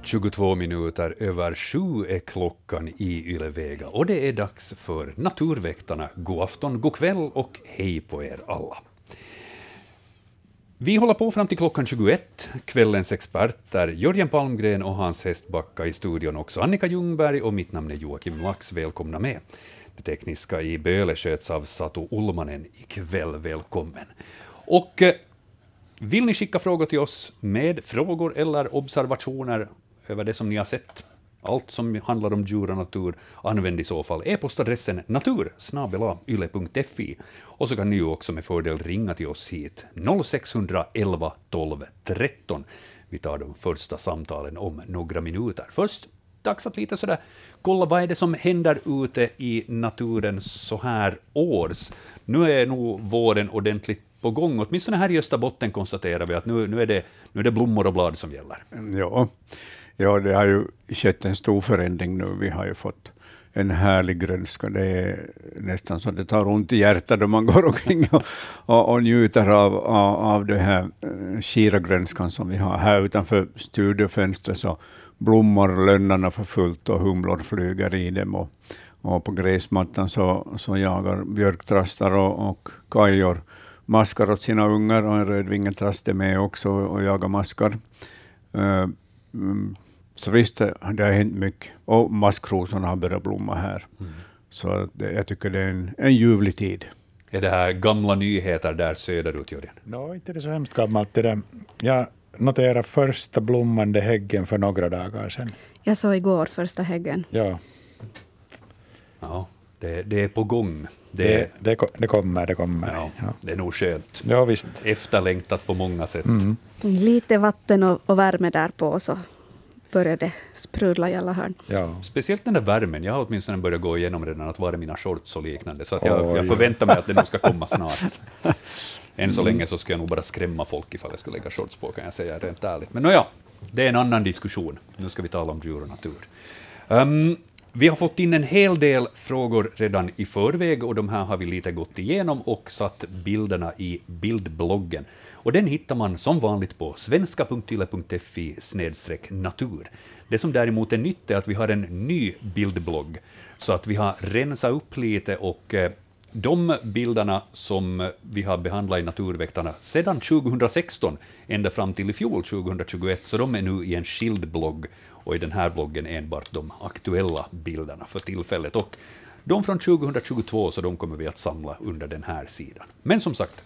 22 minuter över 7 är klockan i Ylevega och det är dags för Naturväktarna. God afton, god kväll och hej på er alla. Vi håller på fram till klockan 21. Kvällens experter Jörgen Palmgren och Hans Hästbacka i studion också. Annika Ljungberg och mitt namn är Joakim Lax. Välkomna med. Det tekniska i Böle sköts av Satu Ulmanen ikväll. Välkommen. Och vill ni skicka frågor till oss med frågor eller observationer över det som ni har sett? Allt som handlar om djur och natur, använd i så fall e-postadressen natur@yle.fi. Och så kan ni ju också med fördel ringa till oss hit 0611 12 13. Vi tar de första samtalen om några minuter. Först dags att lite sådär kolla vad är det som händer ute i naturen så här års. Nu är nog våren ordentligt på gång. Åtminstone här i Österbotten konstaterar vi att nu är det blommor och blad som gäller. Ja, det har ju skett en stor förändring nu. Vi har ju fått en härlig grönska. Det är nästan så det tar ont i hjärtat då man går omkring och njuter av det här skiragrönskan som vi har. Här utanför studiofönstret så blommor lönnarna för fullt och humlor flyger i dem. Och på gräsmattan så jagar björktrastar och kajor maskar åt sina ungar, och en rödvingetrast är med också och jagar maskar. Så visst, det har hänt mycket. Och maskrosorna har börjat blomma här. Så jag tycker det är en ljuvlig tid. Är det här gamla nyheter där söderut, Jörgen? Inte det så hemskt gammalt det där. Jag noterade första blommande häggen för några dagar sedan. Jag såg igår första häggen. Ja. Ja, det är på gång. Det kommer. Ja, det är nog skönt. Ja, visst. Efterlängtat på många sätt. Lite vatten och värme där på så började sprudla i alla hörn. Ja. Speciellt den där värmen. Jag har åtminstone börjat gå igenom redan att vara mina shorts och liknande. Så att jag förväntar mig att det nog ska komma snart. Än så länge så ska jag nog bara skrämma folk ifall jag ska lägga shorts på, kan jag säga rent ärligt. Men det är en annan diskussion. Nu ska vi tala om djur och natur. Vi har fått in en hel del frågor redan i förväg och de här har vi lite gått igenom och satt bilderna i bildbloggen. Och den hittar man som vanligt på svenska.yle.fi/natur. Det som däremot är nytt är att vi har en ny bildblogg så att vi har rensat upp lite och de bilderna som vi har behandlat i Naturväktarna sedan 2016 ända fram till i fjol 2021, så de är nu i en skild blogg och i den här bloggen enbart de aktuella bilderna för tillfället. Och de från 2022 så de kommer vi att samla under den här sidan. Men som sagt,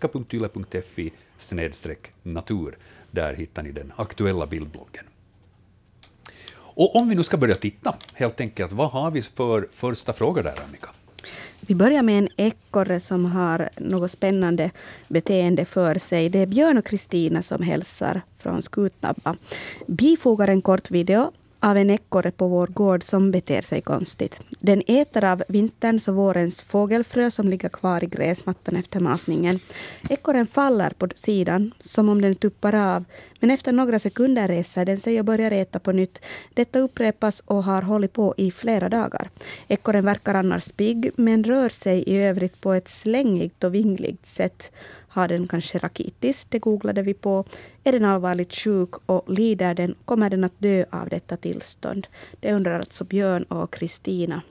svenska.yle.fi/natur, där hittar ni den aktuella bildbloggen. Och om vi nu ska börja titta, helt enkelt, vad har vi för första fråga där, Annika? Vi börjar med en ekorre som har något spännande beteende för sig. Det är Björn och Kristina som hälsar från Skutnabba. Bifogar en kort video av en ekorre på vår gård som beter sig konstigt. Den äter av vinterns och vårens fågelfrö som ligger kvar i gräsmattan efter matningen. Ekorren faller på sidan som om den tuppar av, men efter några sekunder reser den sig och börjar äta på nytt. Detta upprepas och har hållit på i flera dagar. Ekorren verkar annars pigg, men rör sig i övrigt på ett slängigt och vingligt sätt. Har den kanske rakitis? Det googlade vi på. Är den allvarligt sjuk och lider den? Kommer den att dö av detta tillstånd? Det undrar alltså Björn och Kristina.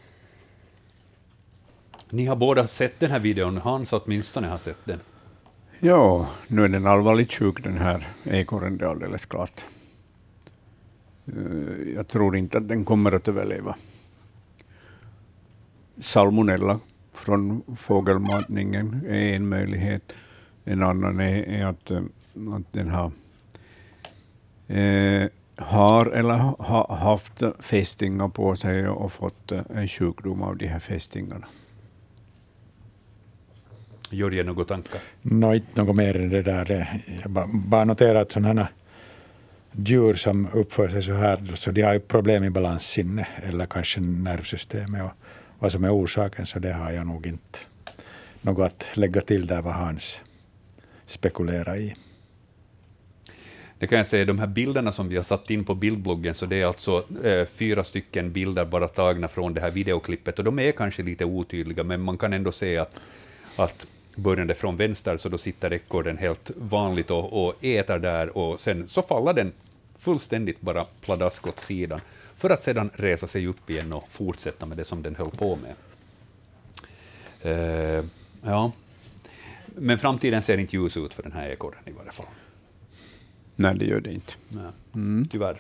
Ni har båda sett den här videon. Hans åtminstone har sett den. Ja, nu är den allvarligt sjuk, den här ekorren, det är alldeles klart. Jag tror inte att den kommer att överleva. Salmonella från fågelmatningen är en möjlighet. En annan är att den har eller har haft fästingar på sig och fått en sjukdom av de här fästingarna. Gör jag något tankar? Inte något mer än det där. Jag bara noterar att sådana djur som uppför sig så här, så de har ju problem i balanssinne eller kanske nervsystemet, och vad som är orsaken, så det har jag nog inte något att lägga till där vad Hans spekulerar i. Det kan jag säga, de här bilderna som vi har satt in på bildbloggen, så det är alltså 4 stycken bilder bara tagna från det här videoklippet, och de är kanske lite otydliga, men man kan ändå se att börjande från vänster så då sitter ekorren helt vanligt och äter där, och sen så faller den fullständigt bara pladask åt sidan, för att sedan resa sig upp igen och fortsätta med det som den höll på med. Ja. Men framtiden ser inte ljus ut för den här ekorren i varje fall. Nej, det gör det inte. Nej, tyvärr.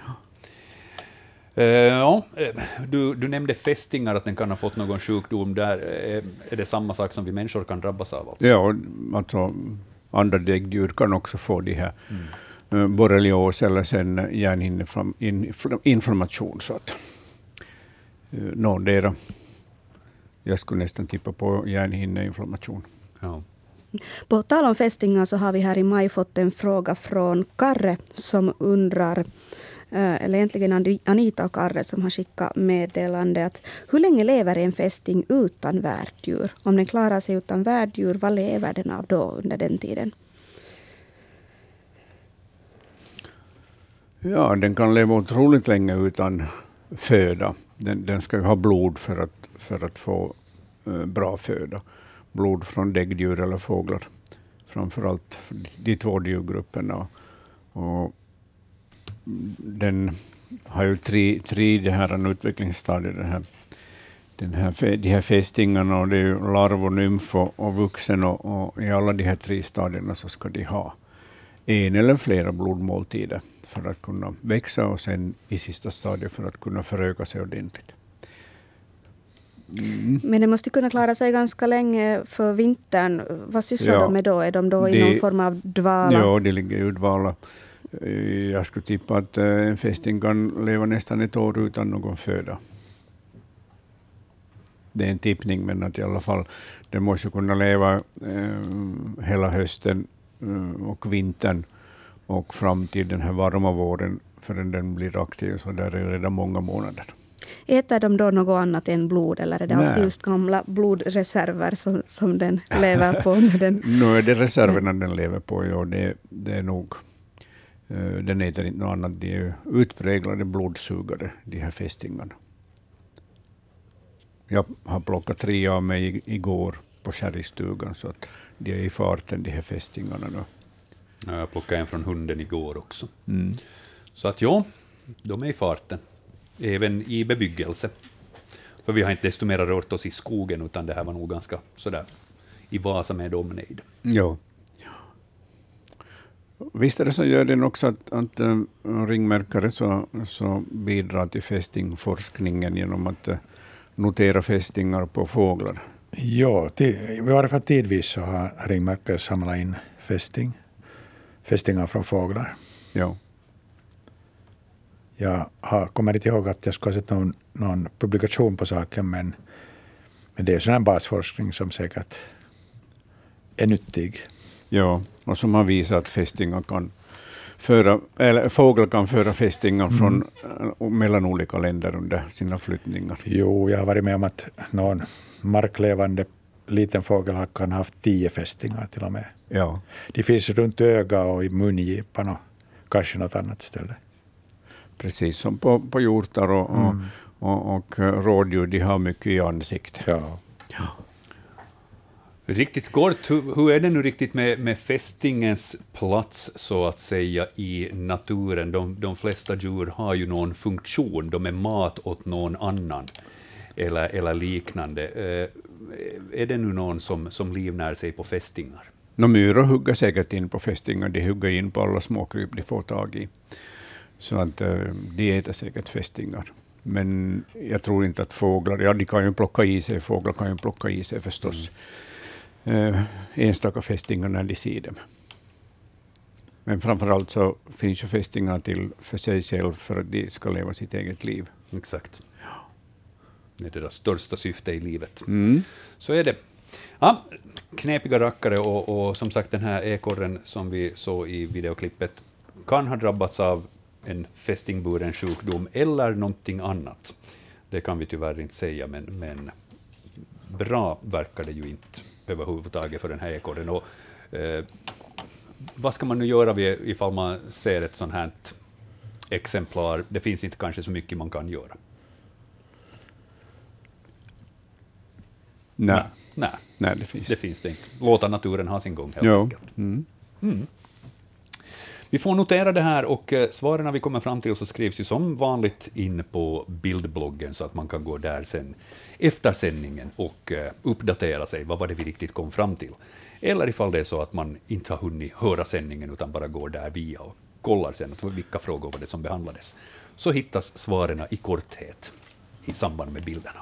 Ja, du nämnde fästingar, att den kan ha fått någon sjukdom där. Är det samma sak som vi människor kan drabbas av? Alltså? Ja, alltså andra däggdjur kan också få de här borrelios eller sen hjärnhinneinflammation. Så att någondera. Jag skulle nästan tippa på hjärnhinneinflammation. Ja. På tal om fästingar så har vi här i maj fått en fråga från Karre som undrar, eller egentligen Anita och Karre som har skickat meddelande, att hur länge lever en fästing utan värddjur? Om den klarar sig utan värddjur, vad lever den av då under den tiden? Ja, den kan leva otroligt länge utan föda. Den ska ju ha blod för att få bra föda. Blod från däggdjur eller fåglar. Framförallt de två djurgrupperna. Och den har ju tre det här utvecklingsstadier. De här fästingarna, och det är ju larv och nymf och vuxen, och i alla de här 3 stadierna så ska de ha en eller flera blodmåltider för att kunna växa, och sen i sista stadiet för att kunna föröka sig ordentligt. Men det måste kunna klara sig ganska länge för vintern. Vad sysslar de med då? Är de då i någon form av dvala? Ja, det ligger ju dvala. Jag skulle tippa att en fästing kan leva nästan ett år utan någon föda. Det är en tippning, men att i alla fall den måste kunna leva hela hösten och vintern och fram till den här varma våren förrän den blir aktiv, så där är det redan många månader. Äter de då något annat än blod, eller är det alltid just gamla blodreserver som den lever på? Nu är det reserverna den lever på, ja, det är nog. Den äter inte något annat, de är utpräglade blodsugare, de här fästingarna. Jag har plockat 3 av mig igår på sherrystugan, så att de är i farten, de här fästingarna nu. Ja, jag plockade en från hunden igår också. Så att ja, de är i farten. Även i bebyggelse. För vi har inte desto mer rört oss i skogen, utan det här var nog ganska sådär i Vasa med omnejd. Ja. Visst är det så, gör den också att ringmärkare så bidrar till fästingforskningen genom att notera fästingar på fåglar. Ja, i varje fall tidvis så har ringmärkare samlat in fästingar från fåglar. Ja. Jag kommer inte ihåg att jag skulle ha sett någon publikation på saken, men det är sån här basforskning som säkert är nyttig. Ja, och som har visat att fästingar fåglar kan föra fästingar mellan olika länder under sina flyttningar. Jo, jag har varit med om att någon marklevande liten fågel kan ha haft 10 fästingar till och med. Ja. De finns runt öga och i mungipan och kanske något annat ställe. Precis som på hjortar och rådjur, de har mycket i ansiktet. Ja. Riktigt kort, hur är det nu riktigt med fästingens plats så att säga i naturen? De flesta djur har ju någon funktion, de är mat åt någon annan eller liknande. Är det nu någon som livnär sig på fästingar? Myror hugger säkert in på fästingar, de hugger in på alla småkryp de får tag i. Så att de äter säkert fästingar. Men jag tror inte att fåglar, de kan ju plocka i sig, fåglar kan ju plocka i sig förstås. Enstaka fästingar när de ser dem. Men framförallt så finns ju fästingar till för sig själv för att de ska leva sitt eget liv. Exakt. Det är deras största syfte i livet. Så är det. Ja, knepiga rackare och som sagt den här ekorren som vi såg i videoklippet kan ha drabbats av en fästingburen sjukdom eller någonting annat. Det kan vi tyvärr inte säga, men bra verkar det ju inte överhuvudtaget för den här ekorren. Och, vad ska man nu göra ifall man ser ett sånt här exemplar? Det finns inte kanske så mycket man kan göra. Nej, det finns det inte. Låta naturen ha sin gång helt enkelt. Vi får notera det här och svaren vi kommer fram till så skrivs ju som vanligt in på bildbloggen så att man kan gå där sen efter sändningen och uppdatera sig. Vad var det vi riktigt kom fram till? Eller ifall det är så att man inte har hunnit höra sändningen utan bara går där via och kollar sen vilka frågor var det som behandlades. Så hittas svaren i korthet i samband med bilderna.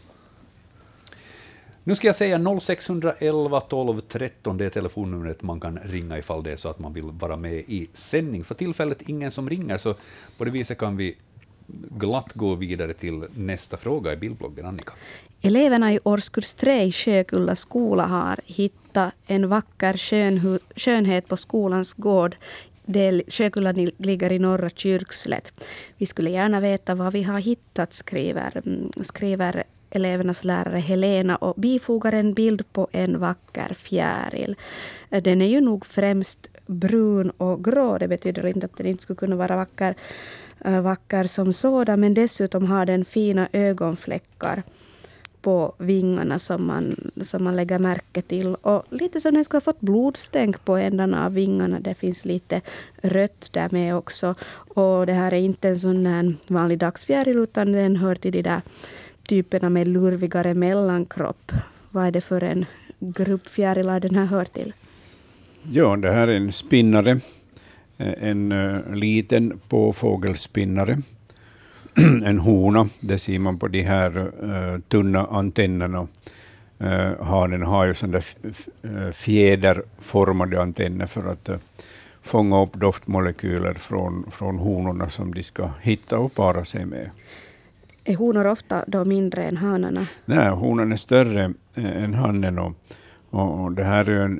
Nu ska jag säga 0611 12 13, det är telefonnumret man kan ringa ifall det är så att man vill vara med i sändning. För tillfället ingen som ringer, så på det viset kan vi glatt gå vidare till nästa fråga i bildbloggen. Annika. Eleverna i årskurs 3 i Sjökulla skola har hittat en vacker skönhet på skolans gård. Sjökulla ligger i norra Kyrkslätt. Vi skulle gärna veta vad vi har hittat, skriver elevernas lärare Helena och bifogar en bild på en vacker fjäril. Den är ju nog främst brun och grå. Det betyder inte att den inte skulle kunna vara vacker som sådan, men dessutom har den fina ögonfläckar på vingarna som man lägger märke till. Och lite som den skulle ha fått blodstänk på ändarna av vingarna. Det finns lite rött där med också. Och det här är inte en sån här vanlig dagsfjäril utan den hör till de där typerna med lurvigare mellankropp. Vad är det för en grupp fjärilar den här hör till? Ja, det här är en spinnare. En liten påfågelspinnare. En hona, det ser man på de här tunna antennerna. Den har ju sådana fjäderformade antenner för att fånga upp doftmolekyler från honorna som de ska hitta och para sig med. Är honor ofta då mindre än hanarna? Nej, honan är större än hannen och det här är en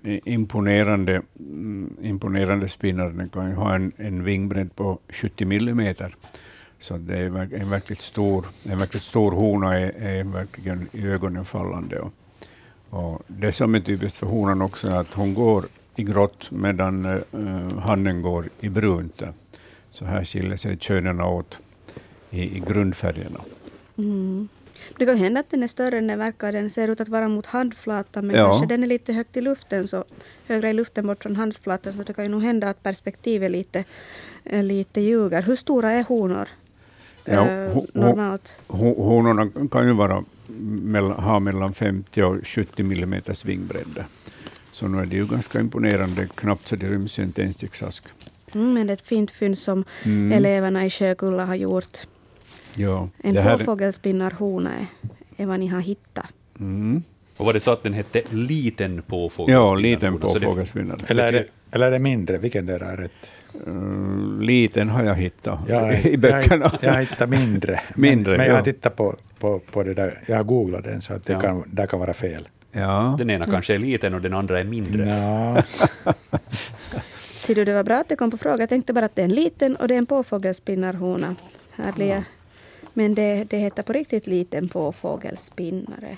imponerande spinnare. Den kan ju ha en vingbredd på 70 millimeter. Så det är en verkligt stor hona är verkligen i ögonen fallande. Och det som är typiskt för honan också är att hon går i grått medan hannen går i brunt. Så här skiljer sig könen åt i grundfärgerna. Mm. Det kan hända att den är större än den verkar. Den ser ut att vara mot handflatan, men kanske den är lite högt i luften, så högre i luften bort från handflatan, så det kan ju nog hända att perspektivet lite ljuger. Hur stora är honor? Normalt? Honorna kan ju ha mellan 50 och 70 millimeters vingbredd. Så nu är det ju ganska imponerande, knappt så det ryms i en tändsticksask. Men det är ett fint fynd som eleverna i Sjökulla har gjort. Ja, en påfågelspinnarhona är vad ni har hittat. Mm. Och var det så att den hette liten påfågelspinnarhona? Ja, liten påfågelspinnare. Eller är det mindre? Vilken där är rätt? Liten har jag hittat i böckerna. Jag har hittat mindre. Men jag har tittat på det där. Jag har googlat den så att det kan vara fel. Ja. Den ena kanske är liten och den andra är mindre. Ja. Ser du, det var bra att det kom på fråga. Jag tänkte bara att det är en liten och det är en påfågelspinnarhona. Härliga. Men det heter på riktigt liten påfågelspinnare.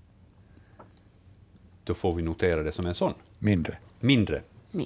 Då får vi notera det som en sån. Mindre.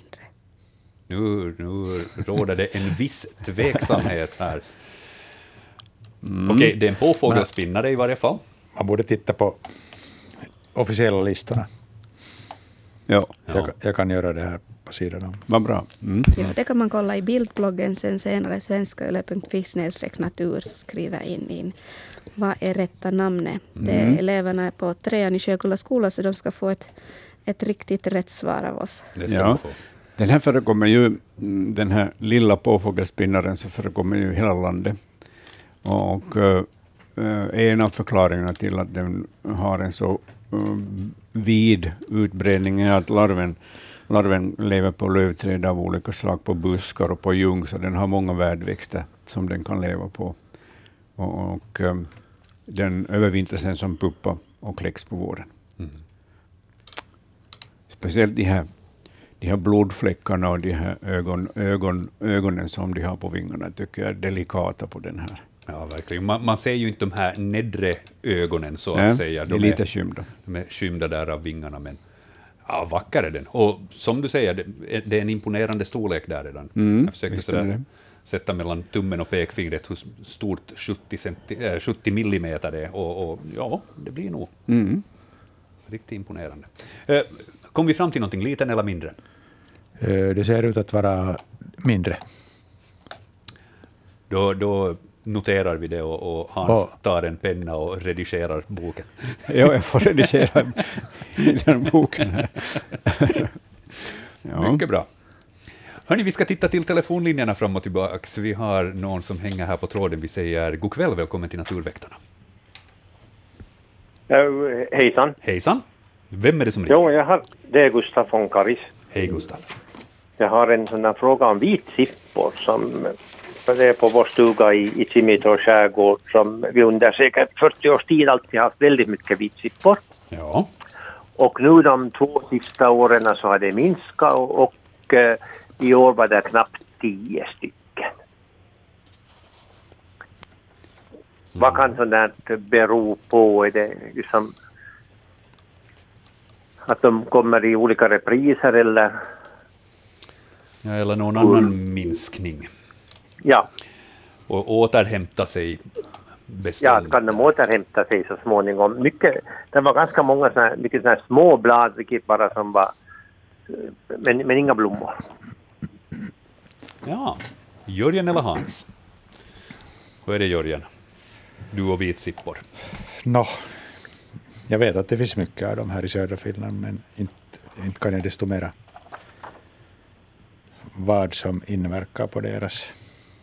Nu råder det en viss tveksamhet här. Okej, det är en påfågelspinnare i varje fall. Man borde titta på officiella listorna. Ja. Jag kan göra det här på sidan om. Vad bra. Mm. Ja, det kan man kolla i bildbloggen sen senare, svenskayle.fi/natur, så skriver in vad är rätta namnet. Eleverna på 3:an i Sjökulla skola, så de ska få ett riktigt rätt svar av oss. Det ska de få. Den här förekommer ju, den här lilla påfågelspinnaren, så förekommer ju i hela landet. Och en av förklaringarna till att den har en så vid utbredning är att larven lever på lövträd av olika slag, på buskar och på ljung, så den har många värdväxter som den kan leva på. Och den övervintrar sen som puppa och kläcks på våren. Mm. Speciellt de här blodfläckarna och de här ögonen som de har på vingarna tycker jag är delikata på den här. Ja, verkligen. Man ser ju inte de här nedre ögonen så att säga. De är lite skymda. De är skymda där av vingarna, men vacker är den. Och som du säger, det är en imponerande storlek där redan. Jag försökte sätta mellan tummen och pekfingret hur stort 70 millimeter det är. Och ja, det blir nog riktigt imponerande. Kom vi fram till någonting, liten eller mindre? Det ser ut att vara mindre. Då noterar vi det och Hans tar en penna och redigerar boken. Ja, jag får redigera i den boken här. Ja. Mycket bra. Hörni, vi ska titta till telefonlinjerna fram och tillbaka. Vi har någon som hänger här på tråden. Vi säger god kväll, välkommen till Naturväktarna. Hejsan. Hejsan. Vem är det som ringer? Jo, det är Gustav von Karis. Hej Gustav. Jag har en sån där fråga om vitsippor som det är på vår stuga i Timmitå skärgård som vi under säkert 40 års tid alltid haft väldigt mycket vitsippor. Ja. Och nu de 2 sista åren så har det minskat och i år var det knappt 10 stycken. Vad kan sånt där bero på? Är det liksom att de kommer i olika repriser eller? Ja, eller någon annan minskning. Ja. Och återhämta sig bestånd. Ja, kan de återhämta sig så småningom. Det var ganska många såna små blad, vilket bara som var, men inga blommor. Ja, Jörgen eller Hans? Hur är det, Jörgen? Du och vitsippor. Jag vet att det finns mycket av dem här i södra Finland, men inte kan jag desto mera vad som inverkar på deras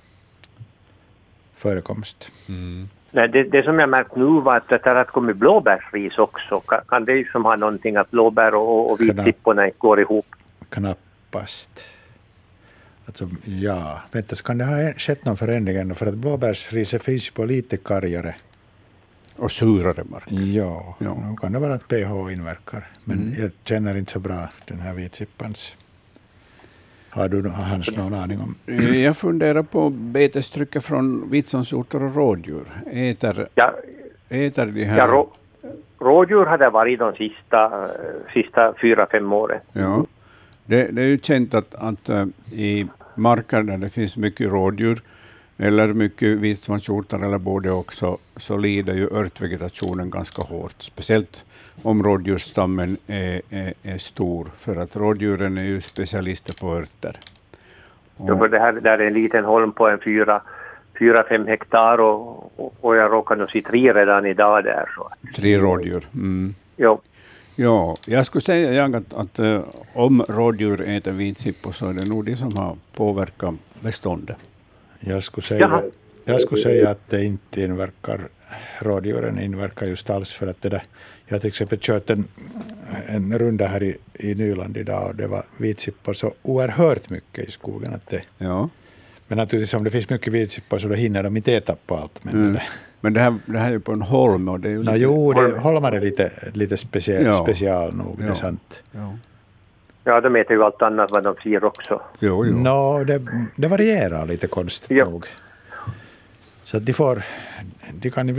förekomst. Mm. Nej, det som jag märkt nu var att det har kommit blåbärsris också. Kan det liksom ha någonting att blåbär och vitsipporna går ihop? Knappast. Alltså, ja, kan det ha skett någon förändring ändå? För att blåbärsriset finns på lite kargare. Och surare mark. Ja, nu kan det vara att pH inverkar. Men jag känner inte så bra den här vitsippans. Har du någon aning om? Jag funderar på betestrycket från vitsonsorter och rådjur. Äter de här? Ja, rådjur hade varit de sista 4-5 åren. Ja, det är ju känt att i marker där det finns mycket rådjur eller mycket vitsvansorter eller både också, så lider ju örtvegetationen ganska hårt. Speciellt om rådjursstammen är stor, för att rådjuren är ju specialister på örter. Ja, för det här där är en liten holm på en 4-5 hektar och jag råkar nog se 3 redan idag där. Så. 3 rådjur. Mm. Jo. Ja, jag skulle säga att om rådjur äter vitsippor så är det nog de som har påverkat beståndet. Jag skulle säga att det inte inverkar, rådjuren inverkar just alls, för att det där, jag har till exempel kört en runda här i Nyland idag och det var vitsippor så oerhört mycket i skogen att det. Ja. Men naturligtvis om det finns mycket vitsippor så då hinner de inte äta på allt. Men det här är ju på en holm och det är ju lite... holmar är lite special nog, det är sant. Ja, de äter ju allt annat vad de ser också. Jo. Det varierar lite konstigt nog. Så att de kan i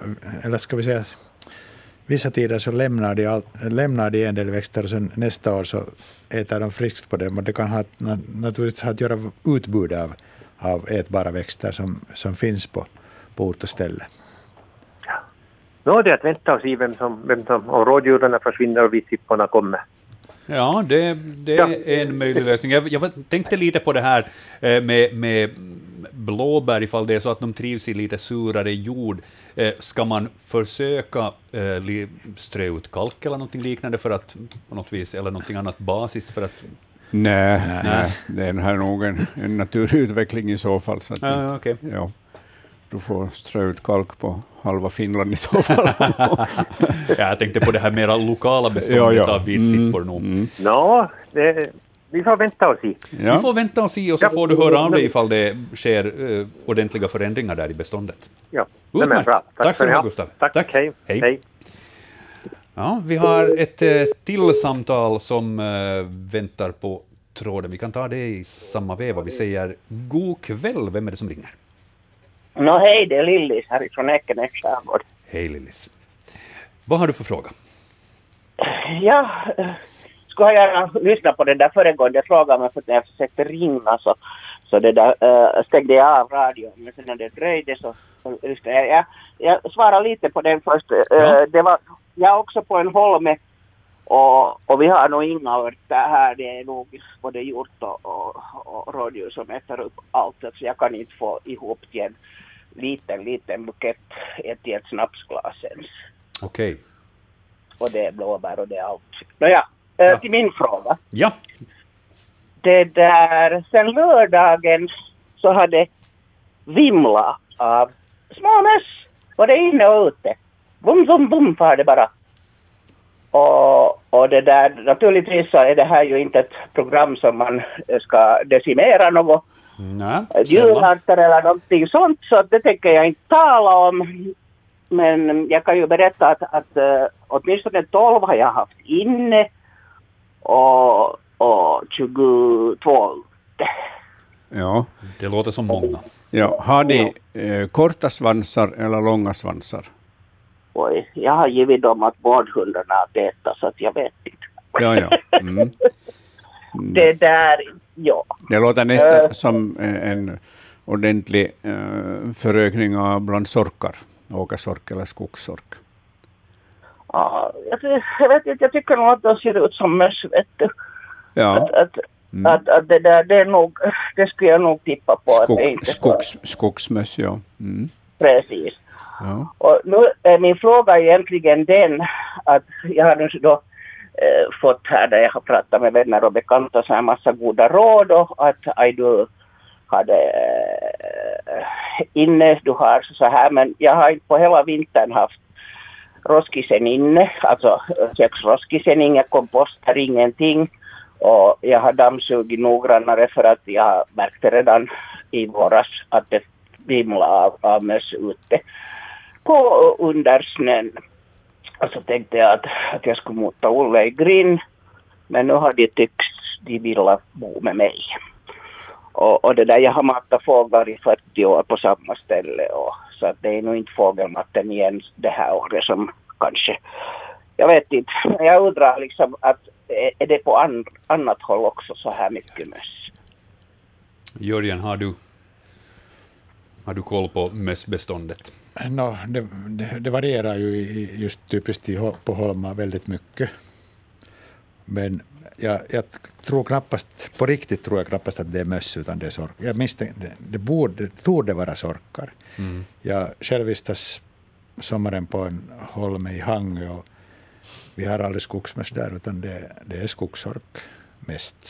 vissa tider så lämnar de en del växter och sen nästa år så äter de friskt på dem. Och det kan naturligtvis ha att göra utbud av ätbara växter som finns på ort och ställe. Ja, det är att vänta och se vem som om rådjuren försvinner och vitsipporna kommer. Ja, det är en möjlig lösning. Jag tänkte lite på det här med blåbär, ifall det är så att de trivs i lite surare jord. Ska man försöka strö ut kalk eller något liknande för att på något vis, eller något annat basiskt för att... Nej, det är här nog en naturutveckling i så fall. Så att okay. Ja. Du får strö ut kalk på halva Finland i så fall. Jag tänkte på det här mera lokala beståndet av vitsippor nog. Vi får vänta och se. Ja. Vi får vänta och se och så får du höra av dig ifall det sker ordentliga förändringar där i beståndet. Ja, det är bra. Tack så mycket, Gustav. Tack. Hej. Ja, vi har ett till samtal som väntar på tråden. Vi kan ta det i samma veva. Vi säger god kväll. Vem är det som ringer? Hej, det är Lillis härifrån Ekenäs skärgård. Hej Lillis. Vad har du för fråga? Ja, skulle jag lyssna på den där föregående frågan, men för att när jag försökte ringa så det där stängde jag av radion, men sen när det dröjde så lyssnade jag svarar lite på den först. Ja. Det var jag också på en holme Och vi har nog inga örter här, det är nog både hjort och rådjur som äter upp allt. Så jag kan inte få ihop till en liten bukett i ett snapsglas ens. Okej. Och det är blåbär och det är allt. Till min fråga. Ja. Det där, sen lördagen så hade vimla av små möss. Och det är inne och ute. Bum, bum, bum var det bara. Och det där, naturligtvis så är det här ju inte ett program som man ska decimera något djurarter eller någonting sånt, så det tänker jag inte tala om. Men jag kan ju berätta att åtminstone 12 har jag haft inne och 22 ute. Ja. Det låter som många. Ja. Har de korta svansar eller långa svansar? Oj, jag har givit dem att bådhundarna att äta, så att jag vet inte. Ja. Mm. Det där, ja. Det låter nästan som en ordentlig förökning av bland sorkar. Åkersork eller skogssork. Ja, jag vet inte, jag tycker nog att de ser ut som möss, vet du. Ja. Att det där, det är nog, det skulle jag nog tippa på. Att det inte skogsmöss, ja. Mm. Precis. Ja. Och nu är min fråga egentligen den att jag har nu då fått här där jag har pratat med vänner och bekanta så här massa goda råd och att du hade inne, du har så här, men jag har inte på hela vintern haft roskisen inne, alltså köksroskisen, inga komposter, ingenting. Och jag har dammsugit noggrannare för att jag märkte redan i våras att det vimlade av möss ute på under snön. Och så tänkte jag att jag skulle mota Olle i grind, men nu har de vilja bo med mig. Och det där, jag har matat fåglar i 40 år på samma ställe, och så att det är nog inte fågelmatten igen det här året som kanske, jag vet inte, jag undrar liksom att är det på annat håll också så här mycket möss? Jörgen, har du koll på mössbeståndet? No, det varierar ju just typiskt på Holma väldigt mycket. Men jag tror knappast, på riktigt tror jag knappast att det är möss utan det är sorkar. Jag misstänkte, det torde vara sorkar. Mm. Jag själv vistas sommaren på en holme i Hangö och vi har aldrig skogsmöss där, utan det är skogssork mest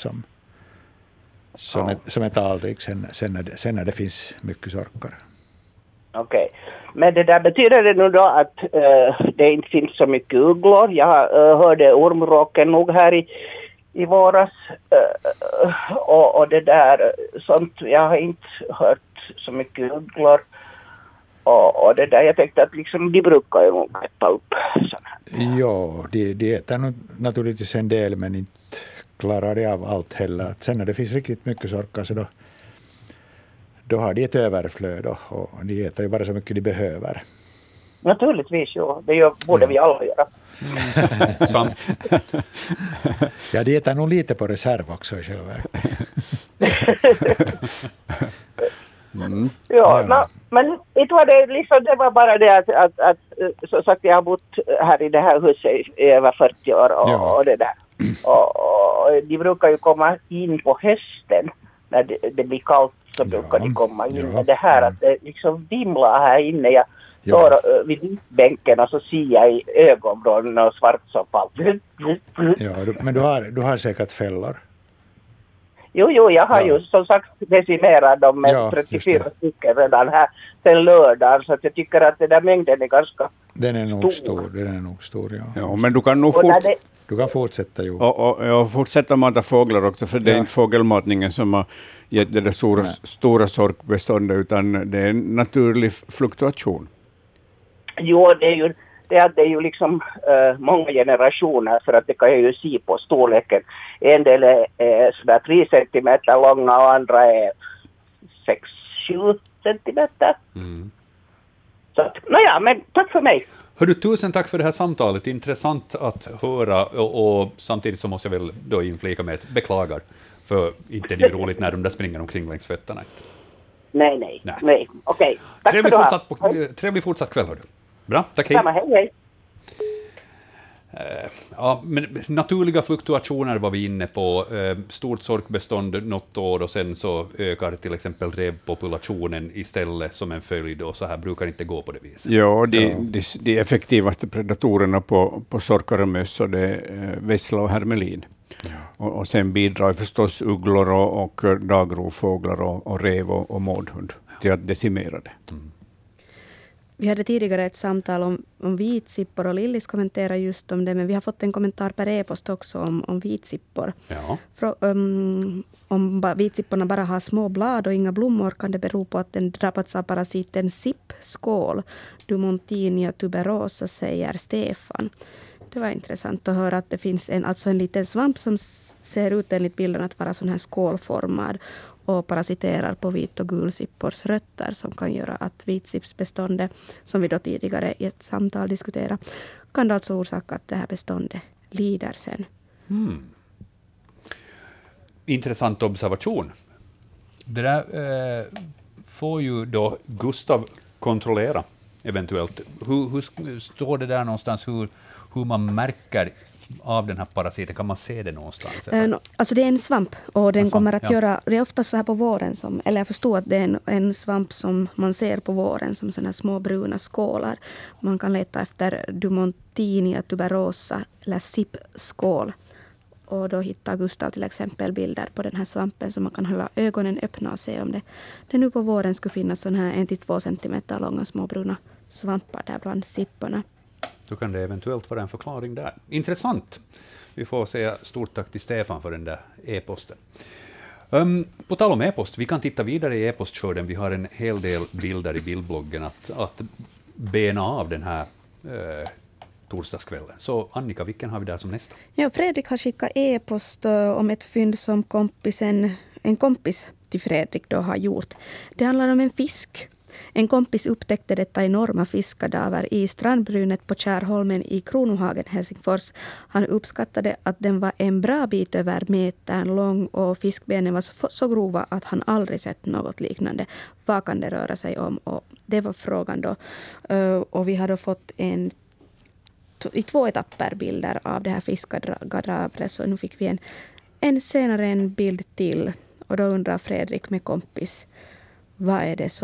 som är talrik sen när det finns mycket sorkar. Okej. Men det där betyder det nu då att det inte finns så mycket ugglor. Jag hörde ormråken nog här i våras. Och det där sånt, jag har inte hört så mycket ugglor. Och det där, jag tänkte att liksom, de brukar ju nog äta upp sådana här. Ja, de äter naturligtvis en del, men inte klarar det av allt heller. Att sen när det finns riktigt mycket sorkar så då har de ett överflöd och de äter ju bara så mycket de behöver. Naturligtvis, ja. Det borde vi alla göra. Sant. Ja, de äter nog lite på reserv också i själva verket. Mm. Ja. Men inte var det liksom, det var bara det att så sagt jag har bott här i det här huset i över 40 år och det där. Och de brukar ju komma in på hösten när det blir kallt, så brukar de komma in. Men det här att det liksom vimlar här inne, jag står vid bänken och så ser jag i ögonbrån och svart som fall. Ja, men du har säkert fällor. Jo, jag har ju som sagt decimerat dem med 34 stycken redan här sen lördagen, så att jag tycker att den där mängden är ganska Den är nog stor, ja. Ja, men du kan nog fortsätta, jo. Och fortsätta mata fåglar också, för det är inte fågelmatningen som har gett det där stora sorkbeståndet, utan det är en naturlig fluktuation. Jo, det är ju liksom många generationer, för att det kan jag ju se på storleken. En del är sådär 3 centimeter långa och andra är 6-7 centimeter. Mm. Så att, men tack för mig. Hördu, tusen tack för det här samtalet. Intressant att höra, och samtidigt så måste jag väl då inflika med ett beklagar, för inte det är roligt när de där springer omkring längs fötterna. Nej. Okej. Tack Trevlig fortsatt kväll, hördu. Bra, tack, hej. Samma, hej. Ja, men naturliga fluktuationer var vi inne på. Stort sorkbestånd något år och sen så ökar till exempel revpopulationen istället som en följd, och så här brukar inte gå på det viset. Ja, de effektivaste predatorerna på sorkar och möss, det är vessla och hermelin. Ja. Och sen bidrar förstås ugglor och dagrovfåglar och rev och mårdhund till att decimera det. Mm. Vi hade tidigare ett samtal om vitsippor och Lillis kommenterar just om det, men vi har fått en kommentar per e-post också om vitsippor. Ja. Om vitsipporna bara har små blad och inga blommor kan det bero på att den drabbats av parasiten sippskål. Dumontinia tuberosa, säger Stefan. Det var intressant att höra att det finns en liten svamp som ser ut enligt bilden att vara sån här skålformad och parasiterar på vit- och gulsippors rötter som kan göra att vitsippsbeståndet, som vi då tidigare i ett samtal diskuterade, kan det alltså orsaka att det här beståndet lider sen. Intressant observation. Det där får ju då Gustav kontrollera eventuellt. Hur står det där någonstans hur man märker av den här parasiten? Kan man se det någonstans? Alltså det är en svamp och den kommer att göra, det är ofta så här på våren, eller jag förstår att det är en svamp som man ser på våren som sådana små bruna skålar. Man kan leta efter Dumontinia tuberosa eller sippskål. Och då hittar Gustav till exempel bilder på den här svampen så man kan hålla ögonen öppna och se om det nu på våren skulle finnas sådana här 1-2 centimeter långa små bruna svampar där bland sipporna. Då kan det eventuellt vara en förklaring där. Intressant. Vi får säga stort tack till Stefan för den där e-posten. På tal om e-post, vi kan titta vidare i e-postskörden. Vi har en hel del bilder i bildbloggen att bena av den här torsdagskvällen. Så Annika, vilken har vi där som nästa? Ja, Fredrik har skickat e-post om ett fynd som en kompis till Fredrik då har gjort. Det handlar om en fisk. En kompis upptäckte detta enorma fiskkadaver i strandbrynet på Kärholmen i Kronohagen, Helsingfors. Han uppskattade att den var en bra bit över metern lång och fiskbenen var så grova att han aldrig sett något liknande. Vad kan det röra sig om? Och det var frågan då. Och vi hade fått i 2 etapper bilder av det här fiskkadavret, så nu fick vi senare en bild till. Och då undrar Fredrik med kompis, vad är det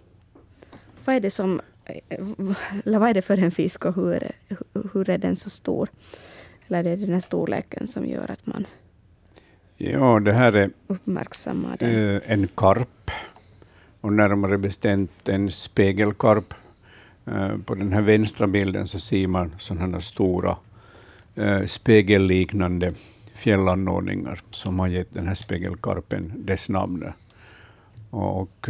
för en fisk och hur är den så stor? Eller är det den här storleken som gör att man det här är uppmärksammar den? En karp, och närmare bestämt en spegelkarp. På den här vänstra bilden så ser man sådana stora spegelliknande fjällanordningar som har gett den här spegelkarpen dess namn. Och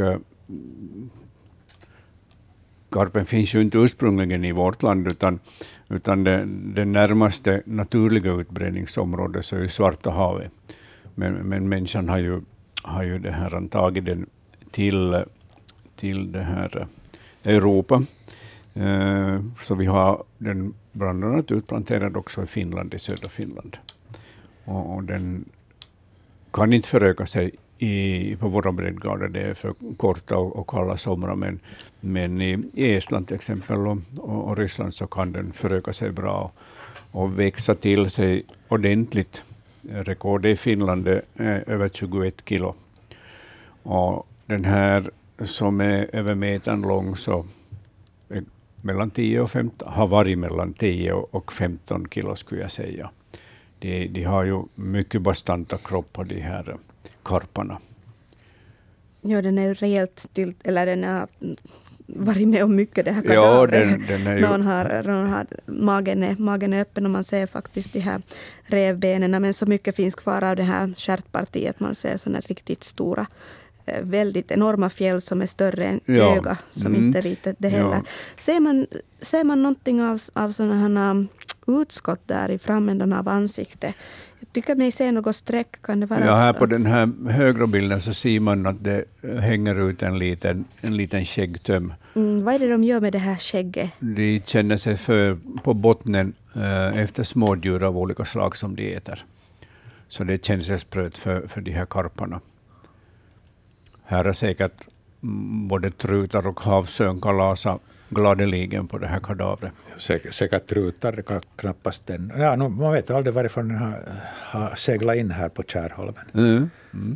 karpen finns ju inte ursprungligen i vårt land, utan det närmaste naturliga utbredningsområdet så är ju Svarta havet. Men människan har ju det här tagit den till det här Europa. Så vi har den bland annat utplanterad också i Finland, i södra Finland. Och den kan inte föröka sig på våra breddgrader, det är för korta och kalla somrar, men i Estland till exempel och Ryssland så kan den föröka sig bra och växa till sig ordentligt. Rekord i Finland är över 21 kilo. Och den här som är över metern lång så mellan 10 och 15, har varit mellan 10 och 15 kilo skulle jag säga. De har ju mycket bastanta kroppar, de här karparna. Ja, den är ju rejält eller den har varit med om mycket det här kadavret. Ja, den är ju... magen är öppen och man ser faktiskt de här revbenen, men så mycket finns kvar av det här stjärtpartiet. Man ser sådana riktigt stora, väldigt enorma fjäll som är större än öga, som inte är litet det heller. Ja. Ser man någonting av sådana här utskott där i framändan av ansiktet? Jag tycker mig se något streck. Kan det vara? Ja, här på den här högra bilden så ser man att det hänger ut en liten skäggtöm. Vad är det de gör med det här skägget? De känner sig på bottnen efter smådjur av olika slag som de äter. Så det känns spröt för de här karparna. Här är säkert både trutar och havsörn kan lasa gladeligen på det här kadavret. Säkert rutar knappast den. Ja, man vet aldrig varifrån den har seglat in här på Kärholmen.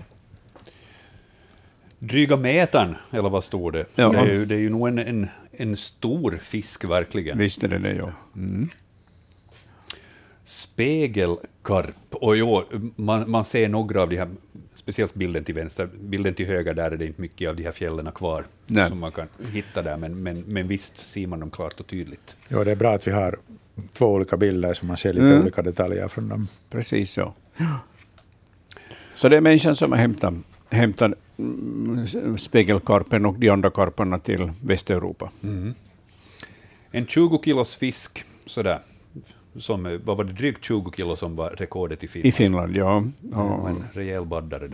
Dryga metern, eller vad står det? Ja. Det är ju nog en stor fisk verkligen. Visst är det, ja. Spegelkarp. Och jo, man ser några av de här, speciellt bilden till vänster, bilden till höger, där är det inte mycket av de här fjällen kvar som man kan hitta där, men visst ser man dem klart och tydligt. Ja, det är bra att vi har 2 olika bilder så man ser lite olika detaljer från dem. Precis så. Så det är människan som har hämtat spegelkarpen och de andra karparna till Västeuropa. En 20 kilos fisk, sådär. Vad var det, drygt 20 kilo som var rekordet i Finland? I Finland, ja. En rejäl baddare.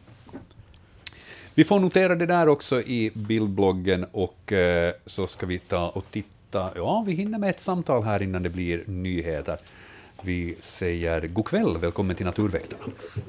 Vi får notera det där också i bildbloggen, och så ska vi ta och titta. Ja, vi hinner med ett samtal här innan det blir nyheter. Vi säger god kväll, välkommen till Naturväktarna.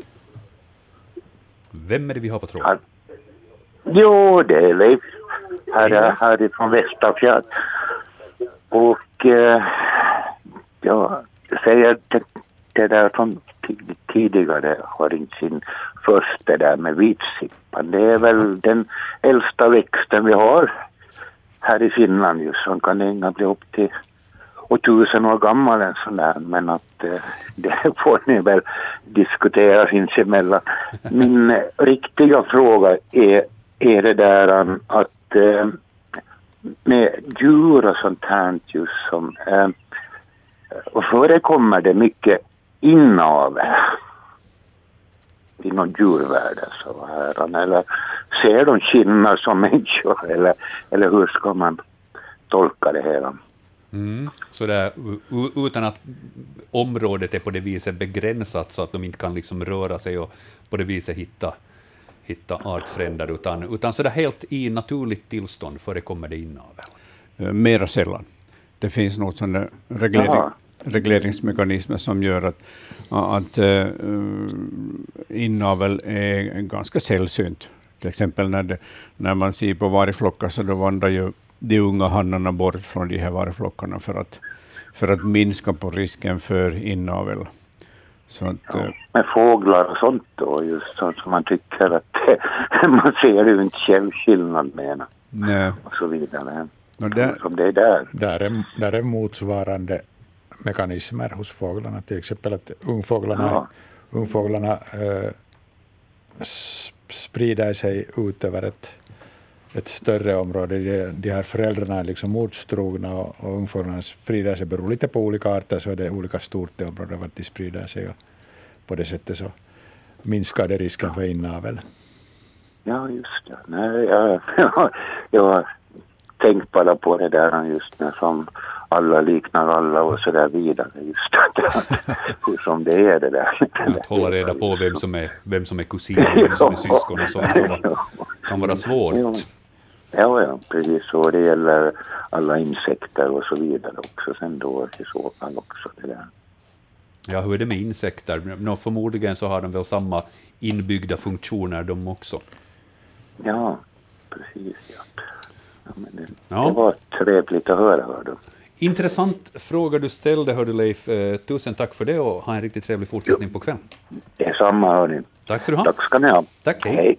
Vem är det vi har på tråden? Jo, det är Leif. Härifrån Västerfjärd. Och jag säger det där som tidigare har inte sin första där med vitsippan. Det är väl den äldsta växten vi har här i Finland just. Som kan ägna bli upp till 1000 år gammal en sån där. Men att det får ni väl diskutera sinsemellan. Min riktiga fråga är det där att med djur och sånt här just som och förekommer det mycket inavel inom djurvärlden så här, eller ser de kvinnorna som människor eller hur ska man tolka det här? Så där, utan att området är på det viset begränsat så att de inte kan liksom röra sig och på det viset hitta artfränder, utan så där helt i naturligt tillstånd förekommer det inavel. Mera sällan. Det finns något sådana regleringsmekanismer som gör att inavel är ganska sällsynt. Till exempel när man ser på vargflockar så då vandrar ju de unga hannarna bort från de här vargflockarna för att minska på risken för inavel. Så att, med fåglar och sånt då, just sånt som man tycker att man ser ju inte skillnad med och så vidare. Som det är där. Där är motsvarande mekanismer hos fåglarna, till exempel att ungfåglarna sprider sig ut över ett större område. De här föräldrarna är liksom motstrogna och ungfåglarna sprider sig, beror lite på olika arter, så är det olika stort det område vart de sprider sig, och på det sättet så minskar det risken för inavel. Ja, just det. Nej, jag har tänkt bara på det där just när som alla liknar alla och så där vidare, just hur som det är det där. Att hålla reda på vem som är kusin och vem som är syskon och sånt kan vara svårt. Ja, precis så. Det gäller alla insekter och så vidare också sen då i så fall också det där. Ja, hur är det med insekter? Förmodligen så har de väl samma inbyggda funktioner de också. Ja, precis. Ja, men det var trevligt att höra. Hör. Intressant fråga du ställde, hörde Leif. Tusen tack för det och ha en riktigt trevlig fortsättning på kvällen. Det är samma, hörni. Tack ska du ha. Tack ska ni ha. Tack, hej.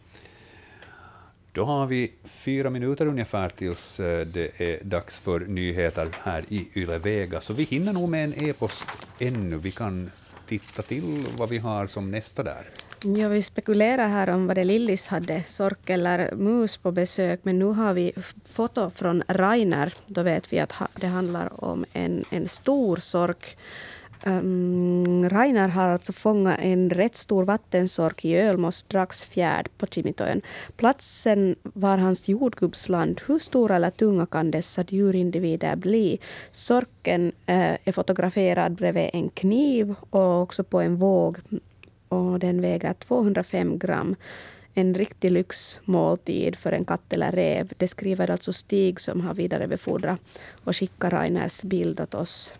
Då har vi 4 minuter ungefär tills det är dags för nyheter här i Yle Vega. Så vi hinner nog med en e-post ännu. Vi kan titta till vad vi har som nästa där. Ja, vi spekulerar här om vad det Lillis hade, sork eller mus på besök, men nu har vi foto från Rainer. Då vet vi att det handlar om en stor sork. Rainer har alltså fångat en rätt stor vattensork i Ölmos Dragsfjärd på Kimitoön. Platsen var hans jordgubbsland. Hur stora eller tunga kan dessa djurindivider bli? Sorken är fotograferad bredvid en kniv och också på en våg. Och den väger 205 gram. En riktig lyxmåltid för en katt eller räv. Det skriver alltså Stig som har vidarebefordrat och skickar Rainers bild åt oss.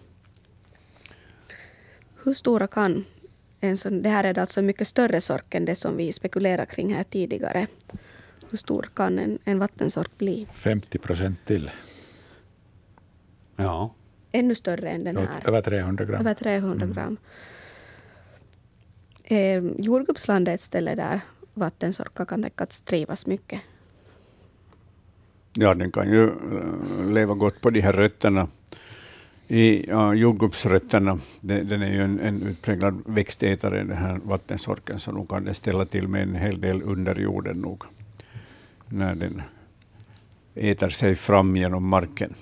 Hur stora kan det här är alltså en mycket större sork än det som vi spekulerar kring här tidigare. Hur stor kan en vattensork bli? 50% till. Ja. Ännu större än den här. Över 300 gram. Över 300 gram. Jordgubbsland är ett ställe där vattensorkar kan tänkas trivas mycket. Ja, den kan ju leva gott på de här rötterna. Jordgubbsrötterna, den är ju en utpräglad växtätare, den här vattensorken, så nog kan den ställa till med en hel del under jorden nog, när den äter sig fram genom marken.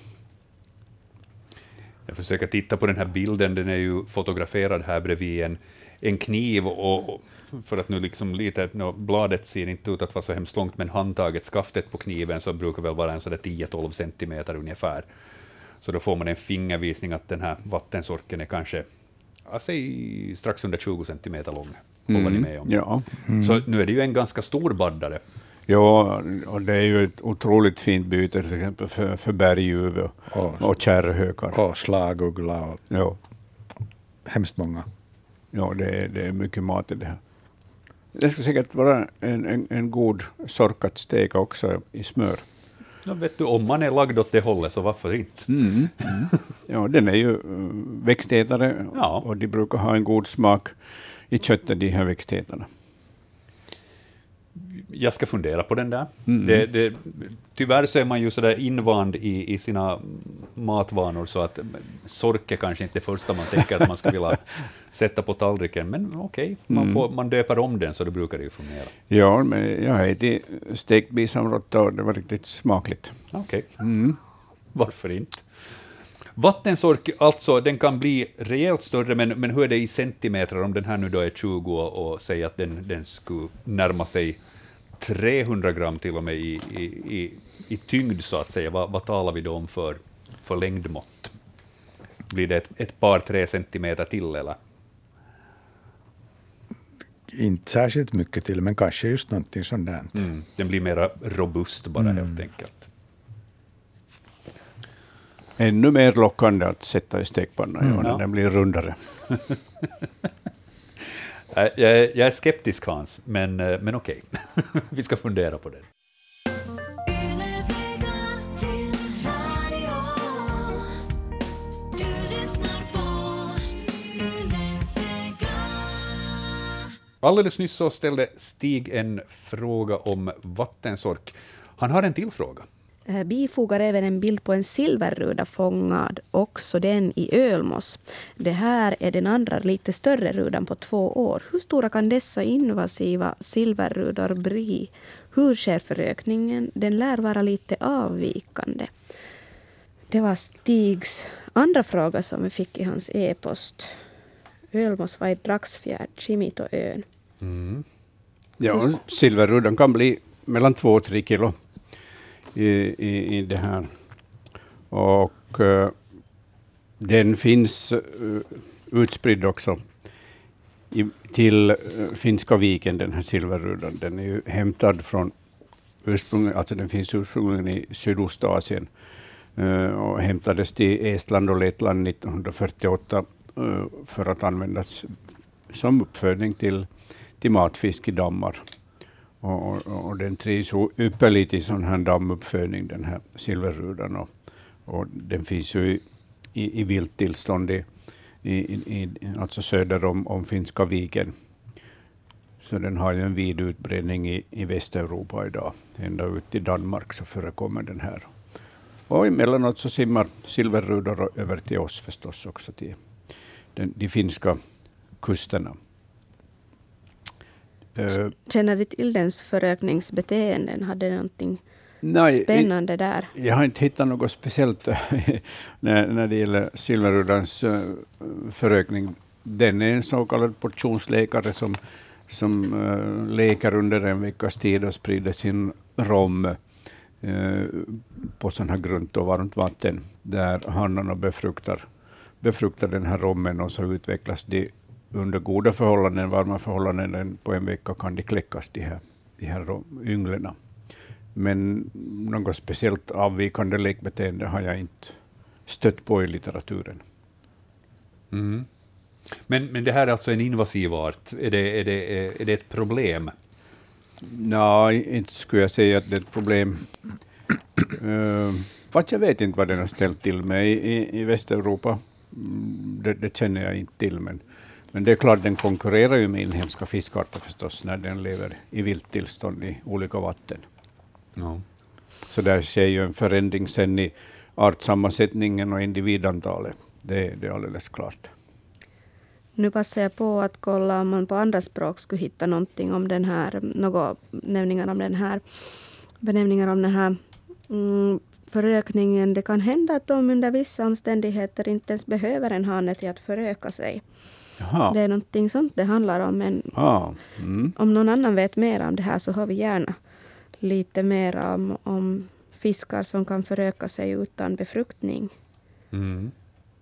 Jag försöker titta på den här bilden, den är ju fotograferad här bredvid en kniv, och för att nu liksom lite, bladet ser inte ut att vara så hemskt långt, men handtaget, skaftet på kniven, så brukar väl vara en sådär 10-12 centimeter ungefär. Så då får man en fingervisning att den här vattensorken är kanske strax under 20 centimeter lång. Håller ni med om? Ja. Så nu är det ju en ganska stor baddare. Ja, och det är ju ett otroligt fint byte till exempel för berguv och kärrhökar. Och slaguggla och hemskt många. Ja, det är mycket mat i det här. Det ska säkert vara en god sorkat stek också i smör. Ja, vet du, om man är lagd åt det hållet, så varför inte? Ja, den är ju växtätare, och de brukar ha en god smak i köttet, de här växtätarna. Jag ska fundera på den där. Tyvärr så är man ju så där invand i sina matvanor, så att sork är kanske inte det första man tänker att man ska vilja sätta på tallriken, men okej, man döper om den, så då brukar det ju fungera. Ja, men jag har ätit stekt bisamrotta och det var riktigt smakligt. Okej. Varför inte? Vattensork, alltså, den kan bli rejält större, men hur är det i centimeter om den här nu då är 20 och säger att den skulle närma sig 300 gram till och med i tyngd, så att säga. Vad talar vi då om för längdmått? Blir det ett par 3 centimeter till, eller? Inte särskilt mycket till, men kanske just någonting sånt där. Den blir mer robust bara, helt enkelt. Ännu mer lockande att sätta i stekpannan när den blir rundare. Jag är skeptisk, Hans, men okej. Vi ska fundera på det. Alldeles nyss så ställde Stig en fråga om vattensork. Han har en till fråga. Bifogar även en bild på en silverruda fångad, också den i Ölmos. Det här är den andra lite större rudan på 2 år. Hur stora kan dessa invasiva silverrudor bli? Hur sker förökningen? Den lär vara lite avvikande. Det var Stigs andra fråga som vi fick i hans e-post. Ölmos var i Dragsfjärd, Kimitoön. Ja, silverrudan kan bli mellan 2 och 3 kilo. I det här. Och den finns utspridd också till Finska viken, den här silverrudan. Den är ju hämtad från alltså den finns ursprungligen i Sydostasien och hämtades till Estland och Lettland 1948 för att användas som uppfödning till matfisk i dammar. Och den trivs så ypperligt i sån här dammuppfödning, den här silverrudan. Och den finns ju i vilttillstånd alltså söder om Finska viken. Så den har ju en vid utbredning i Västeuropa idag. Ända ut i Danmark så förekommer den här. Och emellanåt så simmar silverrudor över till oss förstås också, till de finska kusterna. Känner du till dens förökningsbeteenden? Hade någonting spännande där? Jag har inte hittat något speciellt när det gäller silverrudans förökning. Den är en så kallad portionsläkare som leker under en veckas tid och sprider sin rom på sån här grunt och varmt vatten, där hannarna befruktar den här rommen, och så utvecklas de under goda förhållanden, varma förhållanden. På en vecka kan de kläckas, de här ynglerna. Men något speciellt avvikande lekbeteende har jag inte stött på i litteraturen. Men det här är alltså en invasiv art. Är det ett problem? Nej, inte skulle jag säga att det är ett problem. Fast jag vet inte vad den har ställt till med i Västeuropa. Det känner jag inte till. Men det är klart, den konkurrerar ju med inhemska fiskarter förstås när den lever i vilttillstånd i olika vatten. Ja. Så där sker ju en förändring sen i artsammansättningen och individantalet. Det är alldeles klart. Nu passar jag på att kolla om man på andra språk skulle hitta någonting om den här, några benämningar om den här förökningen. Det kan hända att de under vissa omständigheter inte ens behöver en hane till att föröka sig. Jaha. Det är någonting sånt det handlar om. Men om någon annan vet mer om det här så har vi gärna lite mer om fiskar som kan föröka sig utan befruktning. Mm.